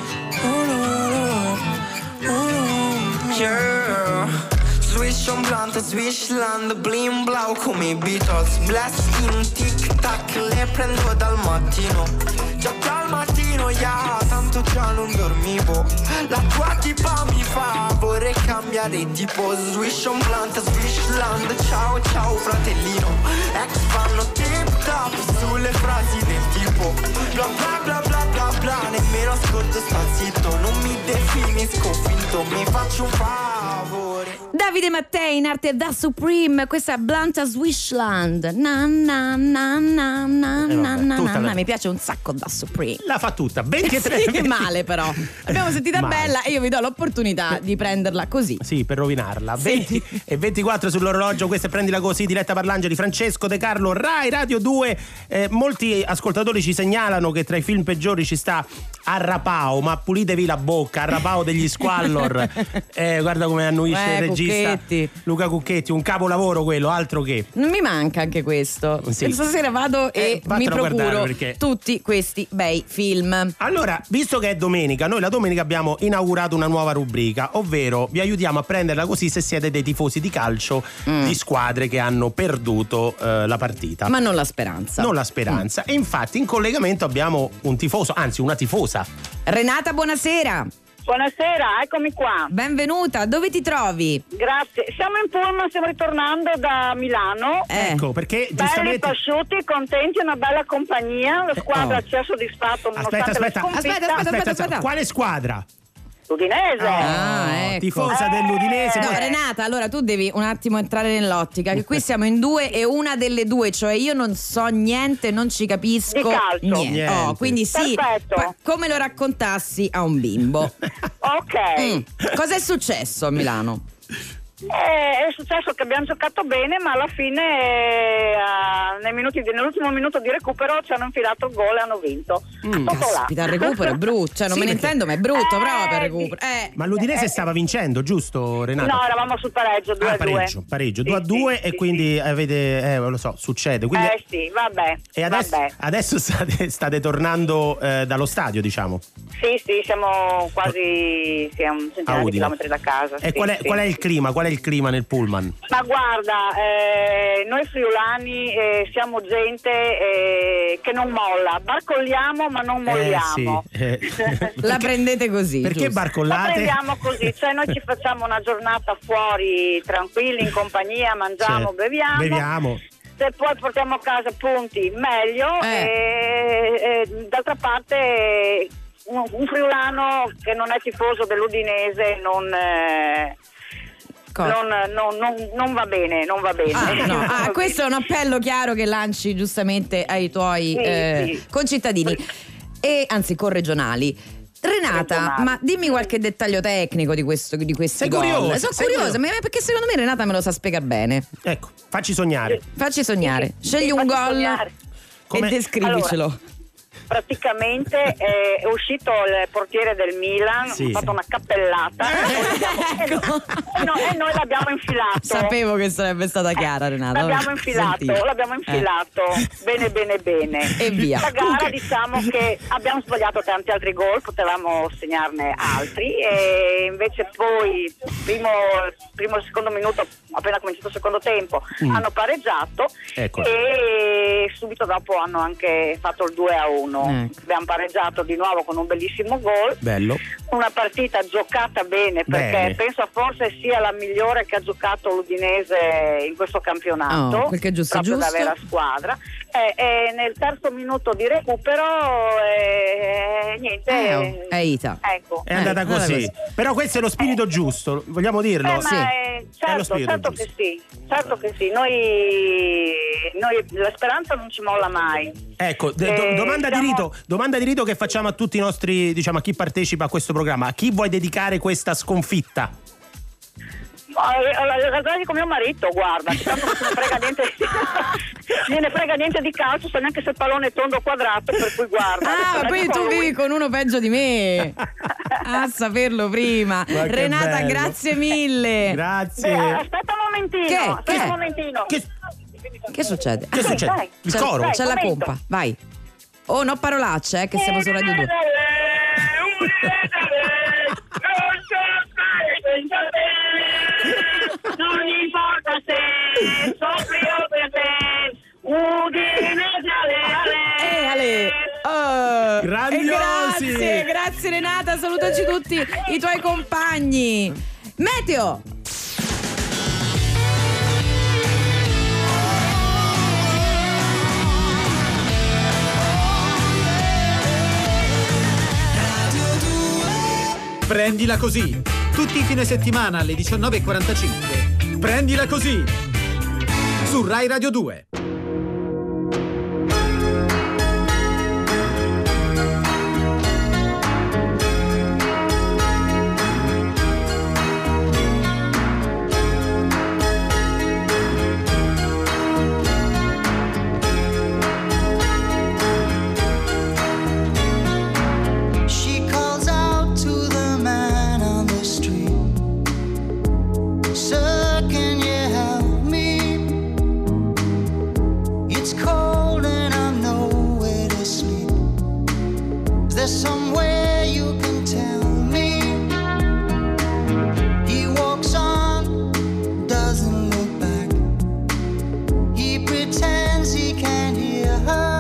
non lo è, non lo è. Yeah. Swish on blunt, Swishland, blim blau come i Beatles. Bless in tic tac, le prendo dal mattino. Già dal mattino, yeah, tanto già non dormivo. La tua tipa mi fa, vorrei cambiare tipo Swish on blunt, Swishland. Ciao ciao fratellino. Ex fanno tip top sulle frasi del tipo bla bla bla bla bla bla. Nemmeno ascolto e sto zitto, non mi definisco finto, mi faccio un favore. Davide Mattei in arte da Supreme, questa è Blunt Swishland. Na na na na na Eh, na vabbè, na tutta na la- na. Mi piace un sacco da Supreme. La fa tutta, ventitré Sì, male però. L'abbiamo sentita Male. bella e io vi do l'opportunità di prenderla così. Sì, per rovinarla. Sì. venti e ventiquattro sull'orologio, questa è Prendila Così, diretta Parlangeli, Francesco De Carlo, Rai Radio due. Eh, molti ascoltatori ci segnalano che tra i film peggiori ci sta Arrapao, ma pulitevi la bocca, Arrapao degli Squallor. Eh, guarda come annuisce Eh, il regista Cucchetti. Luca Cucchetti, un capolavoro quello, altro che. Non mi manca anche questo. Sì. Stasera vado e Eh, mi vattelo a guardare, procuro perché- tutti questi bei film. Allora, visto che è domenica, noi la domenica abbiamo inaugurato una nuova rubrica, ovvero vi aiutiamo a prenderla così se siete dei tifosi di calcio di squadre che hanno perduto eh, la partita. Ma non la speranza. Non la speranza. E infatti in collegamento abbiamo un tifoso, anzi una tifosa. Renata, buonasera. Buonasera, eccomi qua. Benvenuta, dove ti trovi? Grazie. Siamo in pullman, stiamo ritornando da Milano. Eh. Ecco, perché Belli, giustamente. pasciuti, contenti, una bella compagnia. La squadra oh. ci ha soddisfatto nonostante Aspetta, aspetta. la sconfitta. Aspetta, aspetta, aspetta. Quale squadra? L'Udinese. Ah, ecco. Tifosa Eh. dell'Udinese. No, poi- Renata, allora tu devi un attimo entrare nell'ottica che qui siamo in due e una delle due, cioè io non so niente, non ci capisco Di calcio. niente. Niente. Oh, quindi sì, Perfetto. pa- come lo raccontassi a un bimbo. Ok. Mm. Cosa è successo a Milano? Eh, è successo che abbiamo giocato bene, ma alla fine, eh, nei minuti di- nell'ultimo minuto di recupero, ci hanno infilato il gol e hanno vinto. Tutto là. Caspita, il recupero è brutto, cioè non Sì, me ne perché- intendo, ma è brutto Eh, proprio per il sì. recupero. Eh. Ma l'Udinese stava vincendo, giusto Renato? No, eravamo sul pareggio, due Ah, a due. pareggio, pareggio, Sì, due a due sì, e sì, quindi avete, eh, lo so, succede. Quindi, Eh sì, vabbè. e adesso, vabbè. adesso state, state tornando eh, dallo stadio, diciamo. Sì, sì, siamo quasi siamo un A centinaia di Udine. chilometri da casa. E sì, qual è, sì. qual è il clima? Qual è il clima nel pullman? Ma guarda, eh, noi friulani eh, siamo gente eh, che non molla, barcolliamo ma non molliamo. Eh, sì, eh. La prendete così. Perché giusto? La barcollate? prendiamo così, cioè noi ci facciamo una giornata fuori tranquilli, in compagnia, mangiamo, Cioè, beviamo. beviamo. Se poi portiamo a casa punti, meglio. Eh. E, e, d'altra parte un, un friulano che non è tifoso dell'Udinese non... eh, Cosa? Non, non- non- non va bene, non va bene. Ah, no. Ah, questo è un appello chiaro che lanci giustamente ai tuoi Sì, eh, sì. concittadini, e anzi corregionali. Renata, regionali. ma dimmi qualche dettaglio tecnico di questo di questi Sei gol. curiosa, Sono sei curiosa, curiosa. ma- perché secondo me Renata me lo sa spiegare bene. Ecco, facci sognare. Facci sognare. Scegli Sì, un facci gol sognare. Come- e descrivicelo. Praticamente eh, è uscito il portiere del Milan, Sì. ha fatto una cappellata e, Ecco. e noi, e noi l'abbiamo infilato. Sapevo che sarebbe stata chiara, Renata. L'abbiamo infilato, Sentite. l'abbiamo infilato bene bene bene. E via. La gara diciamo che abbiamo sbagliato tanti altri gol, potevamo segnarne altri e invece poi primo, primo secondo minuto, appena cominciato il secondo tempo, Mm. hanno pareggiato Ecco. e subito dopo hanno anche fatto il due a uno. Ecco. Abbiamo pareggiato di nuovo con un bellissimo gol. Bello. Una partita giocata bene perché Bene. penso forse sia la migliore che ha giocato l'Udinese in questo campionato, Oh, perché è giusto, proprio giusto. da vera squadra. E, e nel terzo minuto di recupero eh, niente, Eh, oh, è Ita. ecco. È andata Eh, andata così. così. Però questo è lo spirito giusto, vogliamo dirlo? Eh, ma Sì. è- È lo certo, spirito certo giusto. che sì, certo che sì. Noi, noi la speranza non ci molla mai. Ecco, d- do- Eh, domanda, siamo- di rito, domanda di rito che facciamo a tutti i nostri, diciamo, a chi partecipa a questo programma. A chi vuoi dedicare questa sconfitta? La dico mio marito, guarda, che tanto non se ne frega niente, non ne frega niente di calcio, sa neanche se il pallone è tondo o quadrato, per cui guarda. Ah, ma poi Dico tu lui. vivi con uno peggio di me. A saperlo prima. Ma che Renata, bello. grazie mille. Grazie. Beh, aspetta un momentino, Che? aspetta Che? un momentino. Che, Che succede? che Dai, succede? dai. Il C'è, coro? dai. c'è la momento. pompa, vai. Oh, no parolacce, eh, che siamo su Radio due. Non importa se soffrirò per te, Udinese ale Eh, Ale. Oh. Grandiosi. E grazie, grazie Renata, salutaci tutti i tuoi compagni. Meteo. Prendila così. Tutti i fine settimana alle diciannove e quarantacinque. Prendila così. Su Rai Radio due. She calls out to the man on the street. Sir, can you help me? It's cold and I'm nowhere to sleep. Is there somewhere you can tell me? He walks on, doesn't look back. He pretends he can't hear her.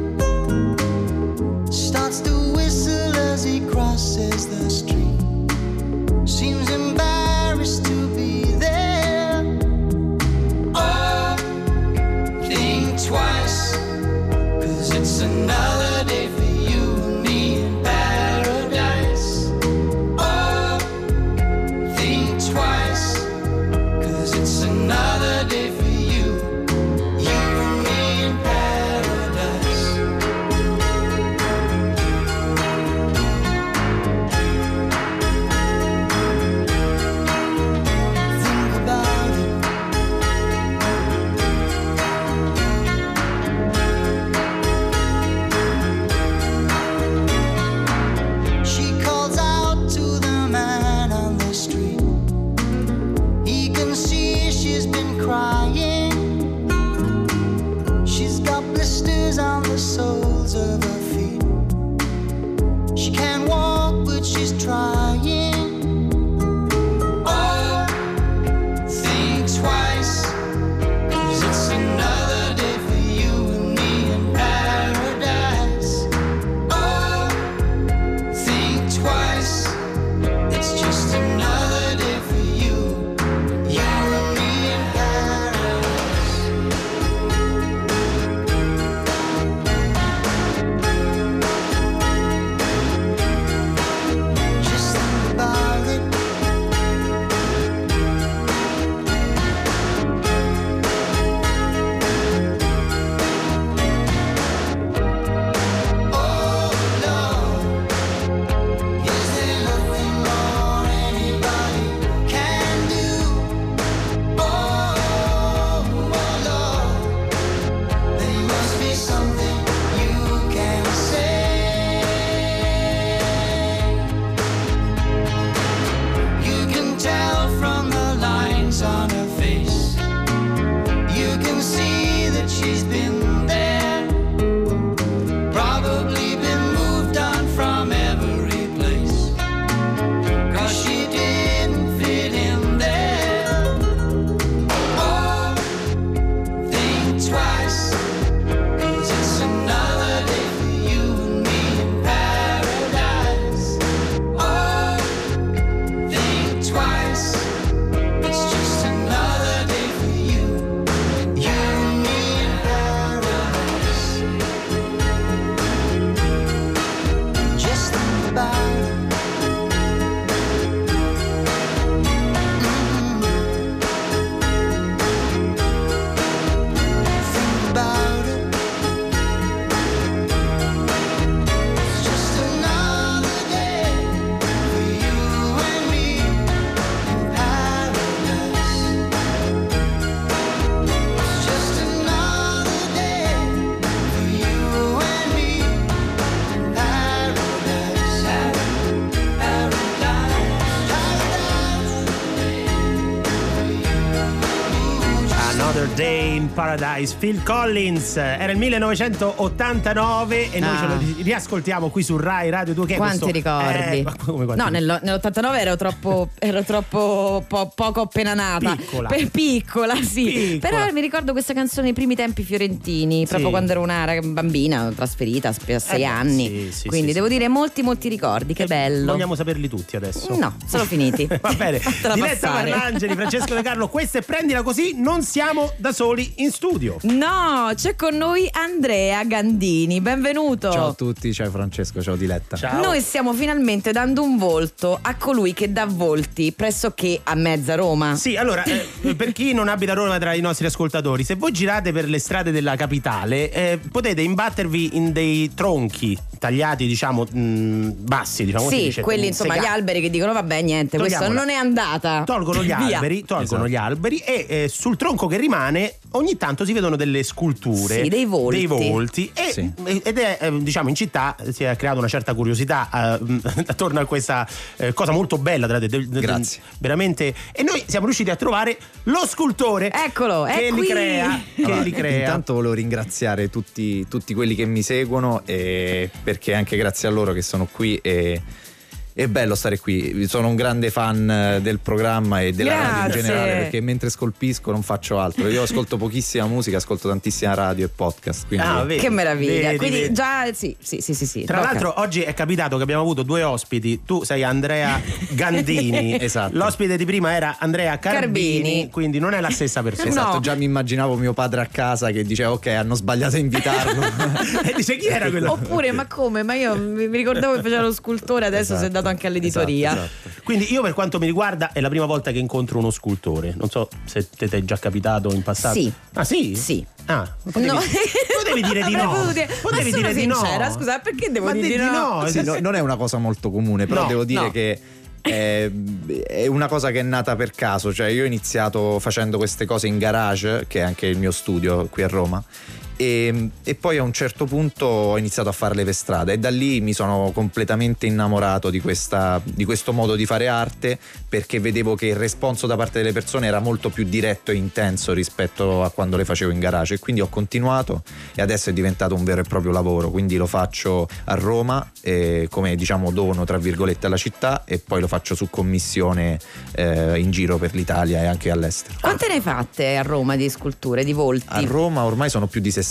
Starts to whistle as he crosses the street. Seems embarrassed to be there. Oh, think twice, 'cause it's another day for you and me in paradise. Oh, think twice, 'cause it's another day for you, you and me in paradise. Think about it. She calls out to the man on the street. He can see she's been crying. She's got blisters on the soles of her feet. She can't walk, but she's trying. Oh, think twice, 'cause it's another day for you and me in paradise. Oh, think twice, it's just another day for you, you and me in paradise. Another Day in Paradise, Phil Collins. Era il millenovecentottantanove e noi Ah. ce lo riascoltiamo qui su Rai Radio due. Che è Quanti questo? ricordi? Eh, ma come quanti No, nello- nell'ottantanove ero troppo, ero troppo po- poco appena nata. Piccola. Per piccola, sì. Piccola. Però mi ricordo questa canzone nei primi tempi fiorentini, proprio Sì. quando ero una rag- bambina, trasferita a sp- a sei beh, anni. sì, sì, Quindi sì, devo sì. dire molti molti ricordi, che bello. Vogliamo saperli tutti adesso? No, sono finiti. Va bene. Fatela Diletta passare. Parlangeli, Francesco De Carlo, questa è Prendila Così. Non siamo da soli in studio. No, c'è con noi Andrea Gandini, benvenuto. Ciao a tutti, ciao Francesco, ciao Diletta. Ciao. Noi stiamo finalmente dando un volto a colui che dà volti pressoché a mezza Roma. Sì, allora, eh, per chi non abita a Roma tra i nostri ascoltatori, se voi girate per le strade della capitale, eh, potete imbattervi in dei tronchi tagliati, diciamo, mh, bassi, diciamo Sì, si dice, quelli insomma segati. gli alberi che dicono vabbè niente, questo Togliamola. non è andata. Tolgono gli Via. alberi, tolgono Esatto. gli alberi e eh, sul tronco che rimane ogni tanto si vedono delle sculture, Sì, dei volti. dei volti e, Sì. ed è eh, diciamo in città si è creata una certa curiosità eh, attorno a questa eh, cosa molto bella, tra- de- de- de- Grazie. veramente, e noi siamo riusciti a trovare lo scultore Eccolo, è che li qui. crea, che Allora, li crea. Intanto volevo ringraziare tutti, tutti quelli che mi seguono e perché è anche grazie a loro che sono qui e è bello stare qui. Sono un grande fan eh, del programma e della radio in Grazie. generale, perché mentre scolpisco non faccio altro. Io ascolto pochissima musica, ascolto tantissima radio e podcast, quindi Ah, vedi, Che meraviglia. vedi, Quindi vedi. già sì, sì, sì, sì, sì. Tra Bocca. l'altro oggi è capitato che abbiamo avuto due ospiti. Tu sei Andrea Gandini. Esatto. L'ospite di prima era Andrea Carbini, Carbini. quindi non è la stessa persona. esatto, No. già mi immaginavo mio padre a casa che diceva ok, hanno sbagliato a invitarlo. E dice chi era quello? Oppure, ma come? Ma io mi mi ricordavo che faceva lo scultore, adesso Esatto. si è dato anche all'editoria. Esatto, esatto. Quindi io, per quanto mi riguarda, è la prima volta che incontro uno scultore. Non so se te ti è già capitato in passato. Sì. Ah, sì? Sì. Ah, potevi, No. potevi dire di Avrei no. potuto dire- Potevi ma sono dire di no. sincera, scusa, perché devo Ma dire di di no? Sì, no, non è una cosa molto comune, però No, devo dire no. che è, è una cosa che è nata per caso. Cioè, io ho iniziato facendo queste cose in garage, che è anche il mio studio qui a Roma. E, e poi a un certo punto ho iniziato a farle per strada e da lì mi sono completamente innamorato di, questa, di questo modo di fare arte, perché vedevo che il responso da parte delle persone era molto più diretto e intenso rispetto a quando le facevo in garage, e quindi ho continuato e adesso è diventato un vero e proprio lavoro. Quindi lo faccio a Roma eh, come diciamo dono tra virgolette alla città, e poi lo faccio su commissione eh, in giro per l'Italia e anche all'estero. Quante ne hai fatte a Roma di sculture, di volti? A Roma ormai sono più di sessanta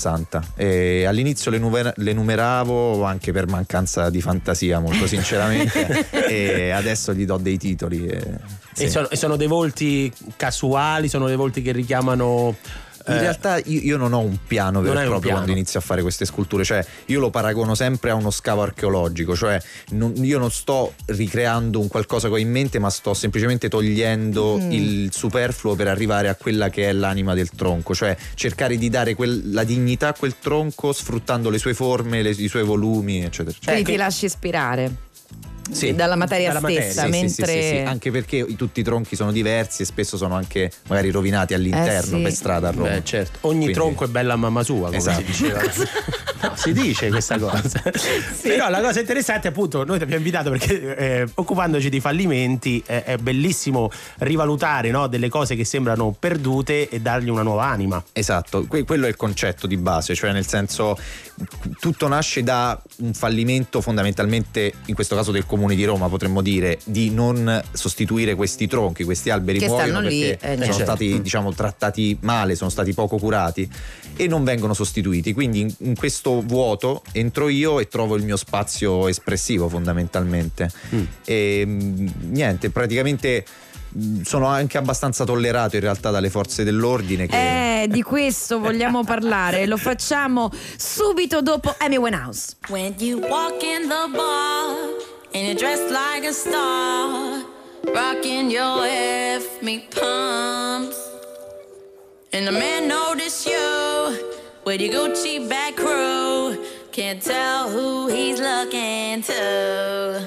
e all'inizio le, numer- le numeravo anche per mancanza di fantasia, molto sinceramente, e adesso gli do dei titoli. E, E sì. sono, e sono dei volti casuali, sono dei volti che richiamano. In eh, realtà io, io non ho un piano Non vero hai e un proprio piano. quando inizio a fare queste sculture, cioè io lo paragono sempre a uno scavo archeologico, cioè non- io non sto ricreando un qualcosa che ho in mente, ma sto semplicemente togliendo Mm. il superfluo per arrivare a quella che è l'anima del tronco, cioè cercare di dare quel- la dignità a quel tronco sfruttando le sue forme, le- i suoi volumi, eccetera, eccetera. Quindi Eh, ti che- lasci ispirare Sì. dalla materia Dalla materia, stessa, Sì, sì, mentre sì, sì, sì. Anche perché i- tutti i tronchi sono diversi e spesso sono anche magari rovinati all'interno Eh, sì. per strada a Roma. Beh, certo. Ogni Quindi- tronco è bella a mamma sua, come Esatto. si diceva. No, si dice questa cosa. Però la cosa interessante, appunto, noi ti abbiamo invitato perché eh, occupandoci di fallimenti eh, è bellissimo rivalutare, no, delle cose che sembrano perdute e dargli una nuova anima. Esatto, que- quello è il concetto di base, cioè nel senso tutto nasce da un fallimento fondamentalmente, in questo caso del Comune di Roma potremmo dire, di non sostituire questi tronchi, questi alberi Che muoiono stanno lì, perché eh, sono certo. stati diciamo trattati male, sono stati poco curati e non vengono sostituiti, quindi in, in questo vuoto entro io e trovo il mio spazio espressivo fondamentalmente. Mm. E mh, niente, praticamente mh, sono anche abbastanza tollerato in realtà dalle forze dell'ordine che Eh, di questo vogliamo parlare. Lo facciamo subito dopo Amy Winehouse. When you walk in the bar and you're dressed like a star, rocking your F me pumps, and the man notice you with your Gucci back crew, can't tell who he's looking to,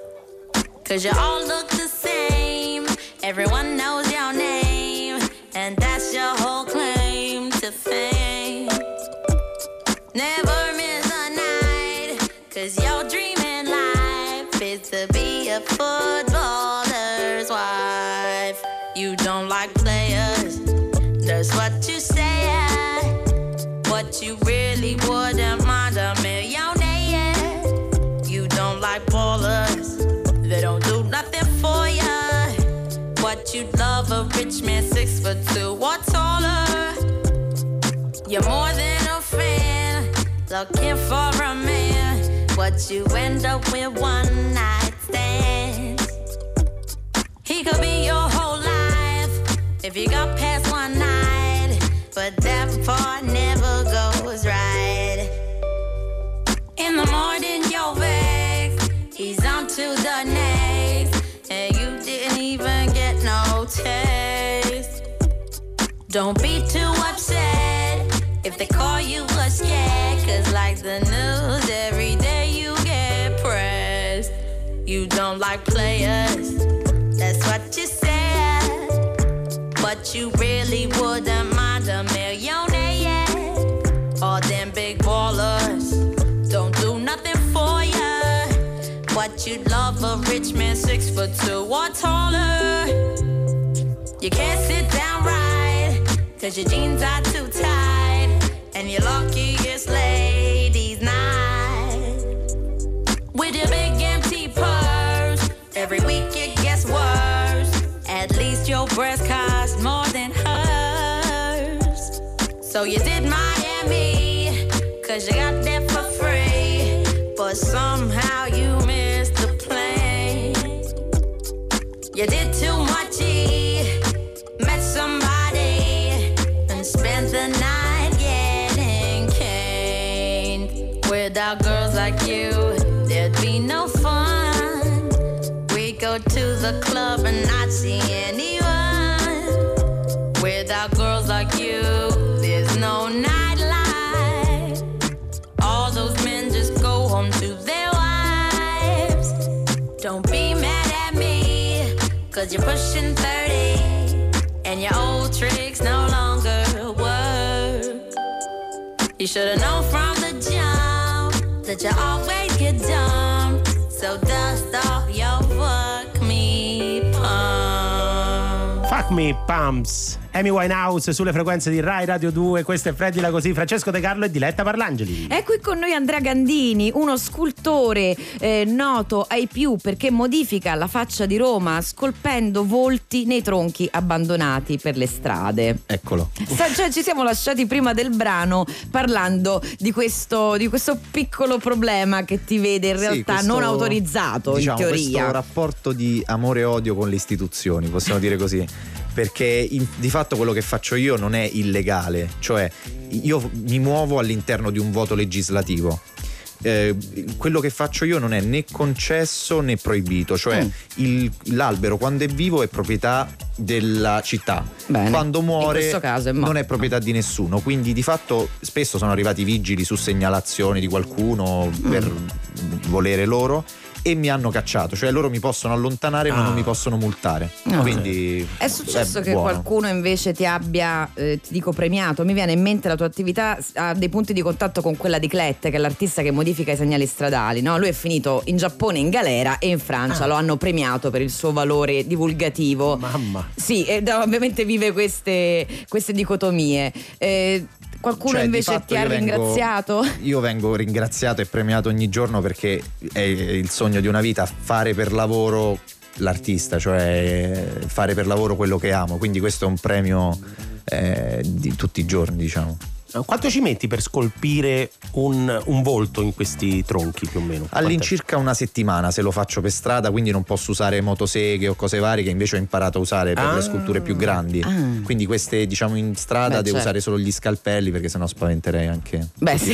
'cause you all look the same, everyone knows your name, and that's your whole claim to fame. Never miss a night, 'cause your dream in life is to be a footballer's wife. You don't like players, that's what you rich man, six foot two or taller. You're more than a fan, looking for a man, but you end up with one night stands. He could be your whole life if you got past one night, but that part never goes right. In the morning you're vexed, he's on to the next, and you didn't even get no taste. Don't be too upset if they call you a scared, cause like the news, every day you get pressed. You don't like players, that's what you said, but you really wouldn't mind a millionaire. All them big ballers don't do nothing for ya, but you'd love a rich man, six foot two or taller. You can't sit down right, cause your jeans are too tight, and you're lucky it's ladies' night. With your big empty purse, every week it gets worse. At least your breast costs more than hers. So you did Miami, cause you got there for free, but somehow you missed the plane. You did too much, E, met somebody, and spent the night getting caned. Without girls like you, there'd be no fun. We go to the club and not see anyone. Without girls like you, there's no nightlife. All those men just go home to their wives. Don't be mad at me, cause you're pushing thirty, and your old tricks no longer work. You should've known from the jump that you always get dumped. So dust off your fuck me pump. Fuck me pumps. Amy Winehouse sulle frequenze di Rai Radio due. Questo è Freddila Così. Francesco De Carlo e Diletta Parlangeli. È qui con noi Andrea Gandini, uno scultore eh, noto ai più perché modifica la faccia di Roma scolpendo volti nei tronchi abbandonati per le strade. Eccolo. Sa, cioè, ci siamo lasciati prima del brano parlando di questo, di questo piccolo problema che ti vede in realtà sì, questo, non autorizzato, diciamo, in teoria. Questo rapporto di amore e odio con le istituzioni, possiamo dire così. Perché in, di fatto quello che faccio io non è illegale, cioè io mi muovo all'interno di un voto legislativo. Eh, quello che faccio io non è né concesso né proibito, cioè mm. il, l'albero quando è vivo è proprietà della città. Bene. Quando muore in questo caso è mo- non è proprietà di nessuno, quindi di fatto spesso sono arrivati vigili su segnalazioni di qualcuno mm. per volere loro e mi hanno cacciato, cioè loro mi possono allontanare ah. ma non mi possono multare. No. Quindi è successo è che buono. Qualcuno invece ti abbia eh, ti dico premiato? Mi viene in mente la tua attività ha dei punti di contatto con quella di Clette, che è l'artista che modifica i segnali stradali, no? Lui è finito in Giappone in galera e in Francia ah. lo hanno premiato per il suo valore divulgativo. Mamma. Sì, e ovviamente vive queste, queste dicotomie. Eh, Qualcuno cioè, invece ti ha io ringraziato? Vengo, io vengo ringraziato e premiato ogni giorno perché è il sogno di una vita fare per lavoro l'artista, cioè fare per lavoro quello che amo, quindi questo è un premio eh, di tutti i giorni, diciamo. Quanto ci metti per scolpire un, un volto in questi tronchi più o meno? All'incirca una settimana se lo faccio per strada, quindi non posso usare motoseghe o cose varie che invece ho imparato a usare per ah. le sculture più grandi. Ah. Quindi queste diciamo in strada Beh, devo certo. usare solo gli scalpelli perché sennò spaventerei anche. Beh sì.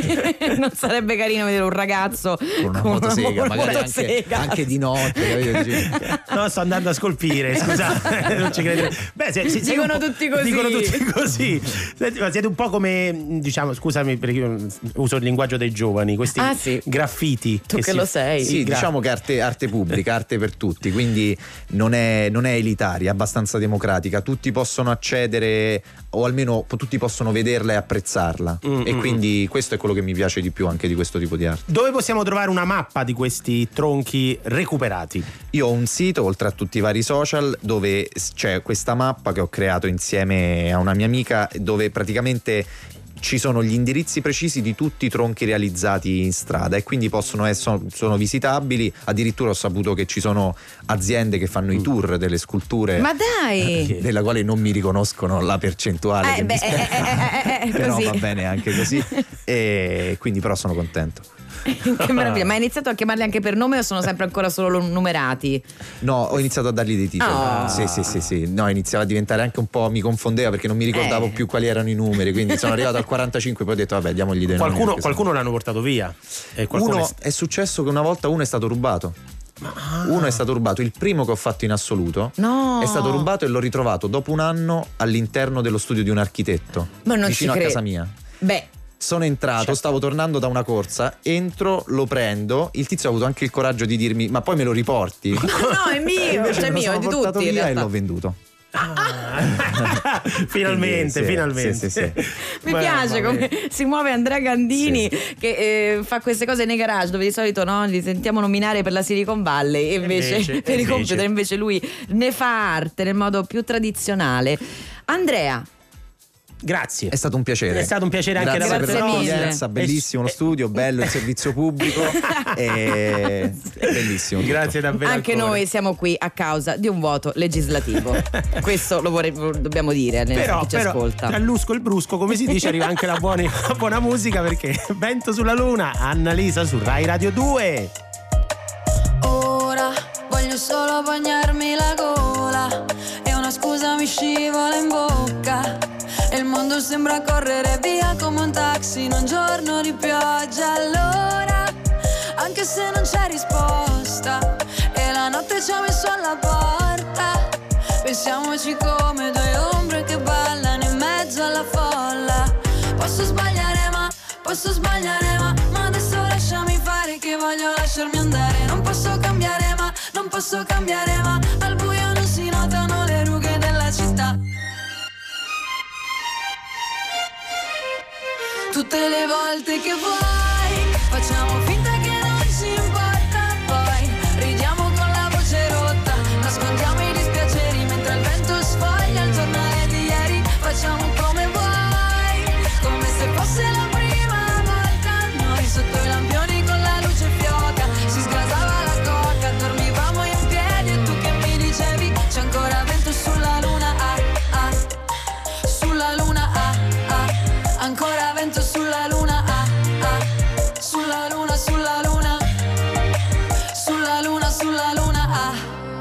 Non sarebbe carino vedere un ragazzo con una con motosega, una magari motosega. Anche, anche di notte. No, sto andando a scolpire, scusate, non ci credo. Beh, se, se, dicono un tutti così. Dicono tutti così. Senti, ma siete un po' come diciamo, scusami perché io uso il linguaggio dei giovani, questi ah, sì. graffiti. Tu che, che si, lo sei. Sì, gra- diciamo che arte, arte pubblica, arte per tutti, quindi non è, non è elitaria, è abbastanza democratica. Tutti possono accedere o almeno tutti possono vederla e apprezzarla. Mm-hmm. E quindi questo è quello che mi piace di più anche di questo tipo di arte. Dove possiamo trovare una mappa di questi tronchi recuperati? Io ho un sito, oltre a tutti i vari social, dove c'è questa mappa che ho creato insieme a una mia amica, dove praticamente ci sono gli indirizzi precisi di tutti i tronchi realizzati in strada e quindi possono essere, sono visitabili. Addirittura ho saputo che ci sono aziende che fanno i tour delle sculture, ma dai, della quale non mi riconoscono la percentuale, eh, che beh, mi spiace. eh, eh, eh, però così. va bene anche così, e quindi però sono contento. Che meraviglia. Ma hai iniziato a chiamarli anche per nome o sono sempre ancora solo numerati? No, ho iniziato a dargli dei titoli. Oh. Sì, sì, sì, sì. No, iniziava a diventare anche un po', mi confondeva perché non mi ricordavo Eh. più quali erano i numeri, quindi sono arrivato al quarantacinque, poi ho detto vabbè, diamogli dei nomi. Qualcuno, perché qualcuno l'hanno portato via. E sono- qualcuno Uno è- è successo che una volta uno è stato rubato. Uno è stato rubato, il primo che ho fatto in assoluto No. è stato rubato e l'ho ritrovato dopo un anno all'interno dello studio di un architetto, Ma non vicino ci a cre- casa mia. Beh, Sono entrato, stavo tornando da una corsa, entro, lo prendo, il tizio ha avuto anche il coraggio di dirmi ma poi me lo riporti? no, è mio, Invece cioè me lo mio, è sono di portato tutti in via e realtà. l'ho venduto. finalmente, Quindi, sì, finalmente. sì, sì, sì. Mi Beh, piace mamma come mia. si muove Andrea Gandini che eh, fa queste cose nei garage dove di solito no, li sentiamo nominare per la Silicon Valley e invece, invece, per e i invece. computer invece lui ne fa arte nel modo più tradizionale. Andrea, Grazie. È stato un piacere. È stato un piacere anche Grazie da per parte nostra. l'accoglienza, bellissimo lo studio, bello il servizio pubblico e bellissimo. tutto. Grazie davvero. anche ancora. noi siamo qui a causa di un voto legislativo. Questo lo vorrei, lo dobbiamo dire nel Però, chi ci però ascolta. tra l'usco e il brusco, come si dice, arriva anche la buona, la buona musica, perché Vento sulla Luna, Annalisa su Rai Radio due. Ora voglio solo bagnarmi la gola e una scusa mi scivola in bocca e il mondo sembra correre via come un taxi in un giorno di pioggia. Allora, anche se non c'è risposta e la notte ci ha messo alla porta, pensiamoci come due ombre che ballano in mezzo alla folla. Posso sbagliare ma, posso sbagliare ma, ma adesso lasciami fare che voglio lasciarmi andare. Non posso cambiare ma, non posso cambiare ma, al buio non si notano le rughe della città. Tutte le volte che vuoi facciamo finta che non ci importa, poi ridiamo con la voce rotta, nascondiamo i dispiaceri mentre il vento sfoglia il giornale di ieri. Facciamo come vuoi, come se fosse la prima volta. Noi sotto i lampioni con la luce fioca, si sgasava la coca, dormivamo in piedi e tu che mi dicevi c'è ancora vento sulla luna, ah ah, sulla luna, ah ah, ancora vento sulla luna, ah ah, sulla luna, sulla luna, sulla luna, sulla luna, ah.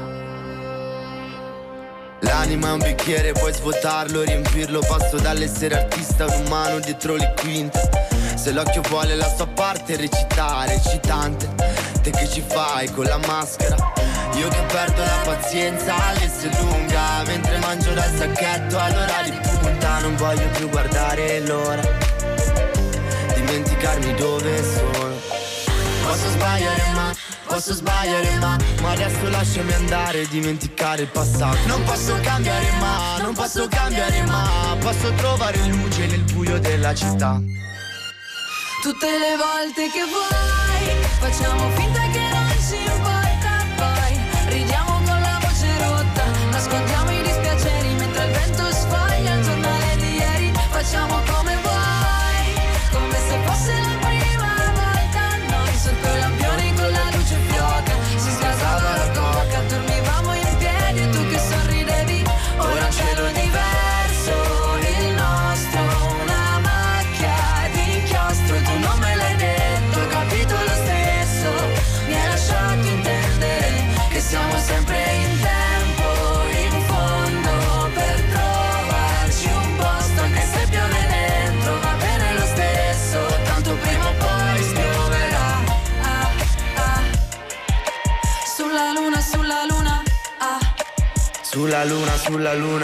L'anima è un bicchiere, puoi svuotarlo, riempirlo. Passo dall'essere artista a un umano dietro le quinte. Se l'occhio vuole la sua parte recitare, eccitante. Te che ci fai con la maschera? Io che perdo la pazienza all'esse lunga, mentre mangio dal sacchetto all'ora di punta. Non voglio più guardare l'ora, dimenticarmi dove sono. Posso sbagliare ma, posso sbagliare ma, ma adesso lasciami andare e dimenticare il passato. Non posso cambiare ma, non posso cambiare ma, posso trovare luce nel buio della città. Tutte le volte che vuoi facciamo finta che non ci importa, poi ridiamo con la voce rotta, nascondiamo i dispiaceri mentre il vento sfoglia il giornale di ieri. Facciamo come vuoi, come se fosse la prima volta. Noi sotto i lampioni con la luce fioca, si sgasava la coca, dormivamo in piedi e tu che sorridevi. Ora un cielo diverso, il nostro, una macchia di inchiostro. Tu non me l'hai detto, ho capito lo stesso. Mi hai lasciato intendere che siamo sempre in tempo, in fondo, per trovarci un posto. Anche se piove dentro va bene lo stesso, tanto prima o poi spioverà. Ah, ah. Sulla luna, sulla luna, ah. Sulla luna, sulla luna.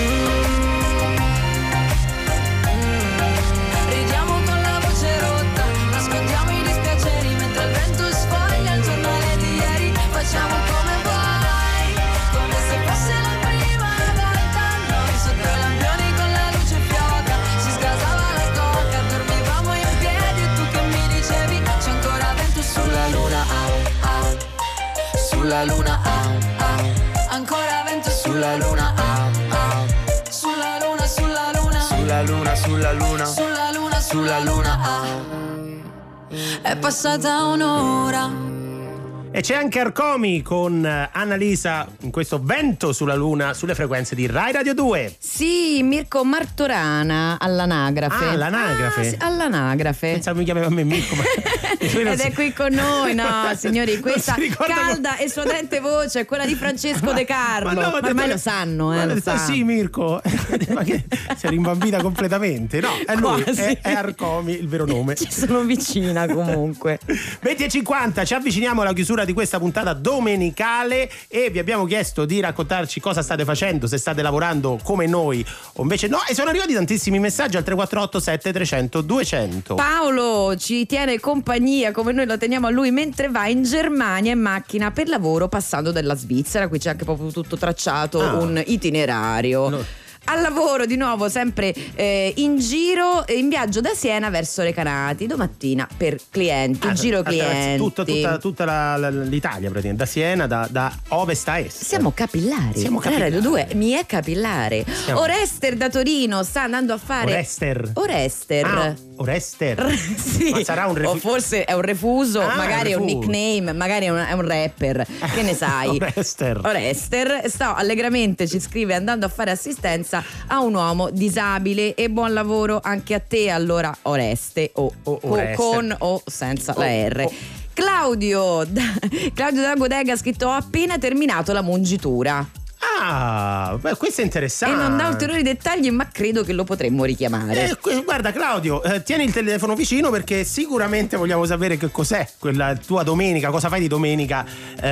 Ridiamo con la voce rotta, nascondiamo i dispiaceri mentre il vento sfoglia il giornale di ieri. Facciamo come vuoi, come se fosse la prima volta. Noi sotto i lampioni con la luce fioca, si sgasava la coca, dormivamo in piedi e tu che mi dicevi c'è ancora vento sulla luna, ah ah, sulla luna, ah ah, ancora vento sulla luna, ah ah, sulla luna, sulla luna, Sulla luna, sulla luna. sulla luna. sulla luna. Ah, è passata un'ora. E c'è anche Arcomi con Annalisa in questo Vento sulla luna sulle frequenze di Rai Radio due. Sì, Mirko Martorana all'anagrafe. Ah, all'anagrafe? Ah, sì, all'anagrafe. Pensavo mi chiamava a me Mirko. Ma... Ed è qui con noi, no signori, questa calda come... e suadente voce è quella di Francesco ma, De Carlo. Ma, no, ma ormai lo sanno, eh, lo sanno. Sì, Mirko. Ma che si è rimbambita completamente. No, è lui, è, è Arcomi il vero nome. Ci sono vicina comunque. venti e cinquanta, ci avviciniamo alla chiusura di questa puntata domenicale e vi abbiamo chiesto di raccontarci cosa state facendo, se state lavorando come noi o invece no, e sono arrivati tantissimi messaggi al tre quattro otto sette trecento duecento. Paolo ci tiene compagnia come noi lo teniamo a lui mentre va in Germania in macchina per lavoro passando dalla Svizzera. Qui c'è anche proprio tutto tracciato, ah. un itinerario. No. Al lavoro di nuovo sempre eh, in giro, in viaggio da Siena verso Recanati domattina per clienti, ah, giro clienti tutta, tutta, tutta la, la, l'Italia praticamente, da Siena, da, da ovest a est. Siamo capillari. Siamo capillari. Radio due mi è capillare. Siamo. Orester da Torino sta andando a fare Orester Orester ah, Orester sì. Ma sarà un refu- o forse è un refuso, ah, magari è un, è un nickname, magari è un, è un rapper, che ne sai. Orester Orester sta allegramente, ci scrive, andando a fare assistenza a un uomo disabile. E buon lavoro anche a te allora Oreste o, o, o con o senza o, la R. O. Claudio da, Claudio da Godega ha scritto: ho appena terminato la mungitura. Ah, beh, questo è interessante. E non dà ulteriori dettagli, ma credo che lo potremmo richiamare. Eh, guarda Claudio, eh, tieni il telefono vicino perché sicuramente vogliamo sapere che cos'è quella tua domenica, cosa fai di domenica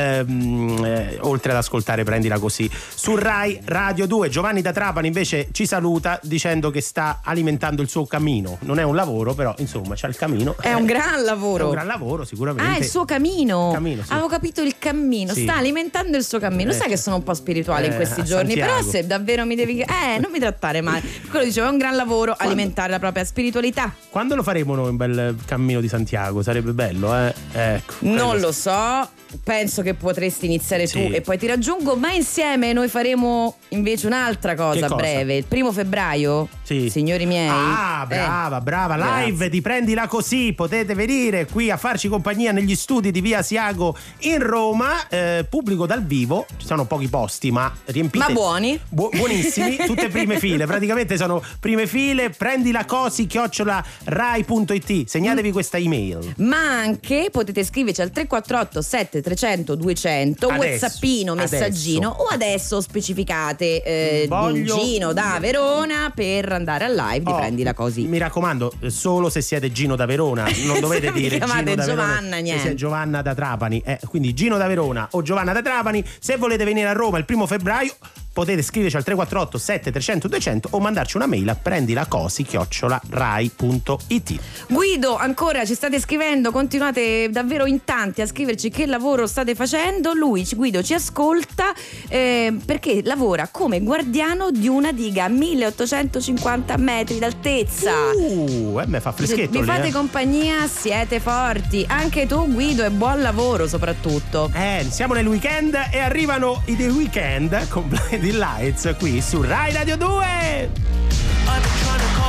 ehm, eh, oltre ad ascoltare Prendila Così su Rai Radio due. Giovanni da Trapani invece ci saluta dicendo che sta alimentando il suo cammino. Non è un lavoro, però insomma c'ha il cammino. È un gran lavoro. È un gran lavoro sicuramente. Ah, il suo cammino. Cammino, sì. Avevo capito il cammino. Sì. Sta alimentando il suo cammino. Eh, Sai che sono un po' spirituale in questi giorni, Santiago. però se davvero mi devi eh non mi trattare male. Quello dicevo, è un gran lavoro quando, alimentare la propria spiritualità. Quando lo faremo noi un bel cammino di Santiago? Sarebbe bello, eh? Ecco. Non lo so, penso che potresti iniziare sì. tu e poi ti raggiungo, ma insieme noi faremo invece un'altra cosa, cosa? breve, il primo febbraio. Sì. Signori miei. Ah, brava, eh. brava. Live Grazie. Di Prendila Così. Potete venire qui a farci compagnia negli studi di Via Asiago in Roma. Eh, pubblico dal vivo. Ci sono pochi posti, ma riempite. Ma buoni. Bu- buonissimi. Tutte prime file. Praticamente sono prime file. Prendila Così chiocciola rai punto it. Segnatevi mm. questa email. Ma anche potete scriverci al tre quattro otto sette trecento duecento. Adesso, WhatsAppino, messaggino. adesso. O adesso specificate eh, Voglio... Gino da Verona per andare al live di oh, Prendila Così. Mi raccomando, solo se siete Gino da Verona, non dovete dire Gino da Giovanna, Verona, niente. se Giovanna da Trapani, eh, quindi Gino da Verona o Giovanna da Trapani. Se volete venire a Roma il primo febbraio potete scriverci al tre quattro otto sette trecento duecento o mandarci una mail a prendilacosi chiocciola rai punto it. Guido, ancora ci state scrivendo, continuate davvero in tanti a scriverci che lavoro state facendo. Lui, Guido, ci ascolta eh, perché lavora come guardiano di una diga a milleottocentocinquanta metri d'altezza. Uh, eh, me fa freschetto. Vi lì, fate eh. compagnia, siete forti. Anche tu, Guido, e buon lavoro soprattutto. Eh, siamo nel weekend e arrivano i The Weeknd con Blinding Lights qui su Rai Radio due. I've been trying to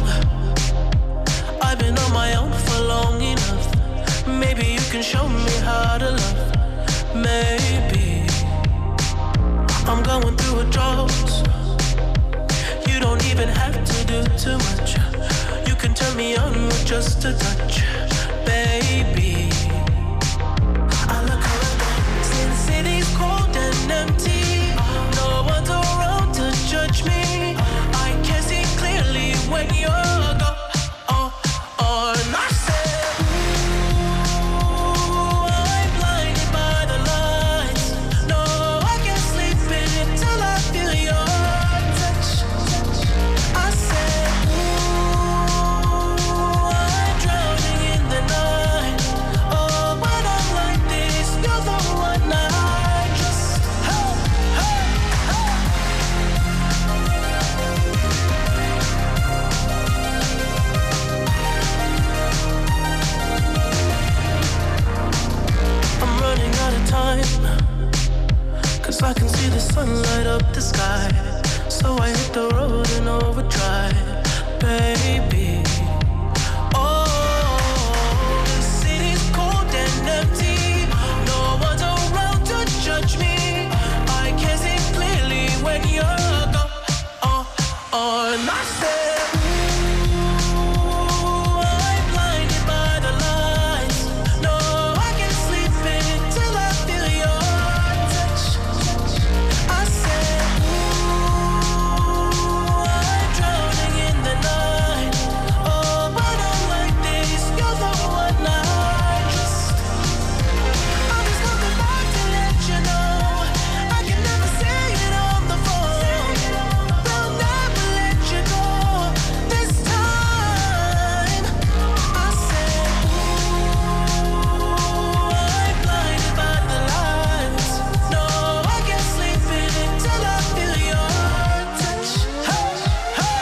call. I've been on my own for long enough. Maybe you can show me how to love. Maybe I'm going through a drought. You don't even have to do too much. You can turn me on with just a touch, baby. I look around, see the city's cold and empty. No one's around to judge me. I can see clearly when you're gone. Oh, oh, and I said, ooh, I'm blinded by the lights. No, I can't sleep until I feel your touch. I said, ooh, I'm drowning in the night. Oh, when I'm like this, you're the one I just. Oh, oh. when I said, ooh, I'm blinded by the lights. No, I can't sleep until I feel your touch. I said, ooh, I'm drowning in the night. Oh, but I'm like this, you're the one I trust. I'm just coming back to let you know I can never say it on the phone. They'll never let you go this time. I said, ooh, I'm blinded by the lights. No, I can't sleep until I feel your touch. Hey, hey,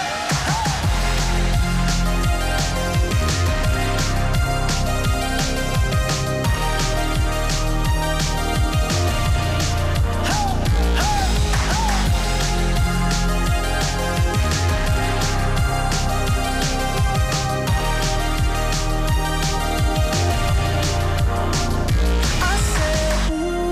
I said,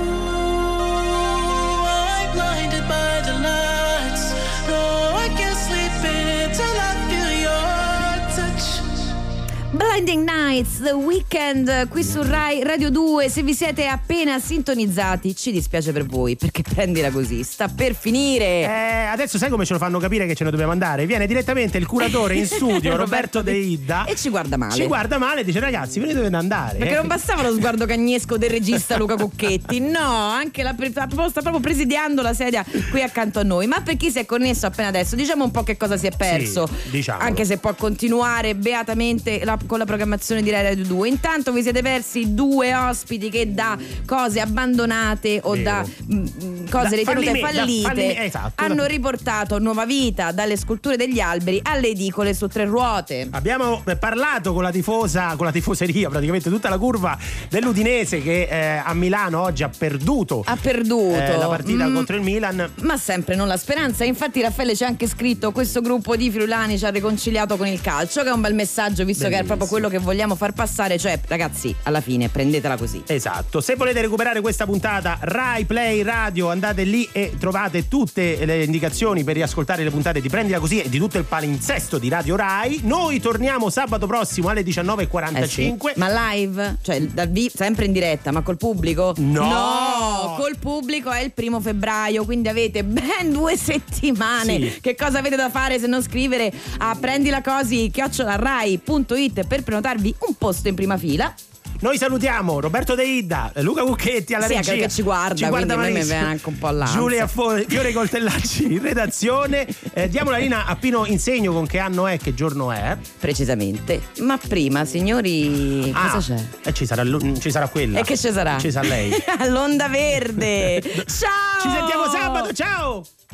ooh, I'm blinded by the lights. No, I can't sleep until I feel your touch. Blinding Nights, The Weeknd, qui su Rai Radio due. Se vi siete appena sintonizzati, ci dispiace per voi, perché prendila così, sta per finire. Eh, adesso sai come ce lo fanno capire che ce ne dobbiamo andare? Viene direttamente il curatore in studio, Roberto De Idda, e ci guarda male. Ci guarda male e dice: ragazzi, ve ne dovete andare. Perché eh. non bastava lo sguardo cagnesco del regista Luca Cucchetti, no, anche la pre- sta proprio presidiando la sedia qui accanto a noi. Ma per chi si è connesso appena adesso, diciamo un po' che cosa si è perso, Sì, diciamolo. anche se può continuare beatamente la- con la programmazione di Rai Radio due. Intanto vi siete persi due ospiti che da cose abbandonate o Vero. da mh, cose Da ritenute fallime- da fallite fallime- esatto, hanno da- riportato nuova vita dalle sculture degli alberi alle edicole su tre ruote. Abbiamo eh, parlato con la tifosa, con la tifoseria, praticamente tutta la curva dell'Udinese che eh, a Milano oggi ha perduto, Ha perduto eh, la partita Mm. contro il Milan. Ma sempre non la speranza. Infatti Raffaele ci ha anche scritto: questo gruppo di friulani ci ha riconciliato con il calcio, che è un bel messaggio, visto che è proprio quello che vogliamo far passare. Cioè, ragazzi, alla fine prendetela così. Esatto, se volete recuperare questa puntata, Rai Play Radio, andate lì e trovate tutte le indicazioni per riascoltare le puntate di Prendila Così e di tutto il palinsesto di Radio Rai. Noi torniamo sabato prossimo alle diciannove e quarantacinque. Eh sì. Ma live? Cioè dal vi- sempre in diretta, ma col pubblico? No! No, col pubblico è il primo febbraio, quindi avete ben due settimane. Sì. Che cosa avete da fare se non scrivere a prendilacosi chiocciola rai punto it per prenotarvi un posto in prima fila? Noi salutiamo Roberto De Idda, Luca Cucchetti alla Sì, regia. anche che ci guarda, quindi a me mi malissimo. viene anche un po' l'ansia. Giulia Fo- Fiore Coltellacci in redazione. Eh, diamo la linea a Pino Insegno con che anno è, che giorno è. Precisamente. Ma prima, signori, Ah, cosa c'è? eh, ci, sarà, l- ci sarà quella. E che ci sarà? Ci sarà lei. All'Onda Verde. Ciao! Ci sentiamo sabato, ciao!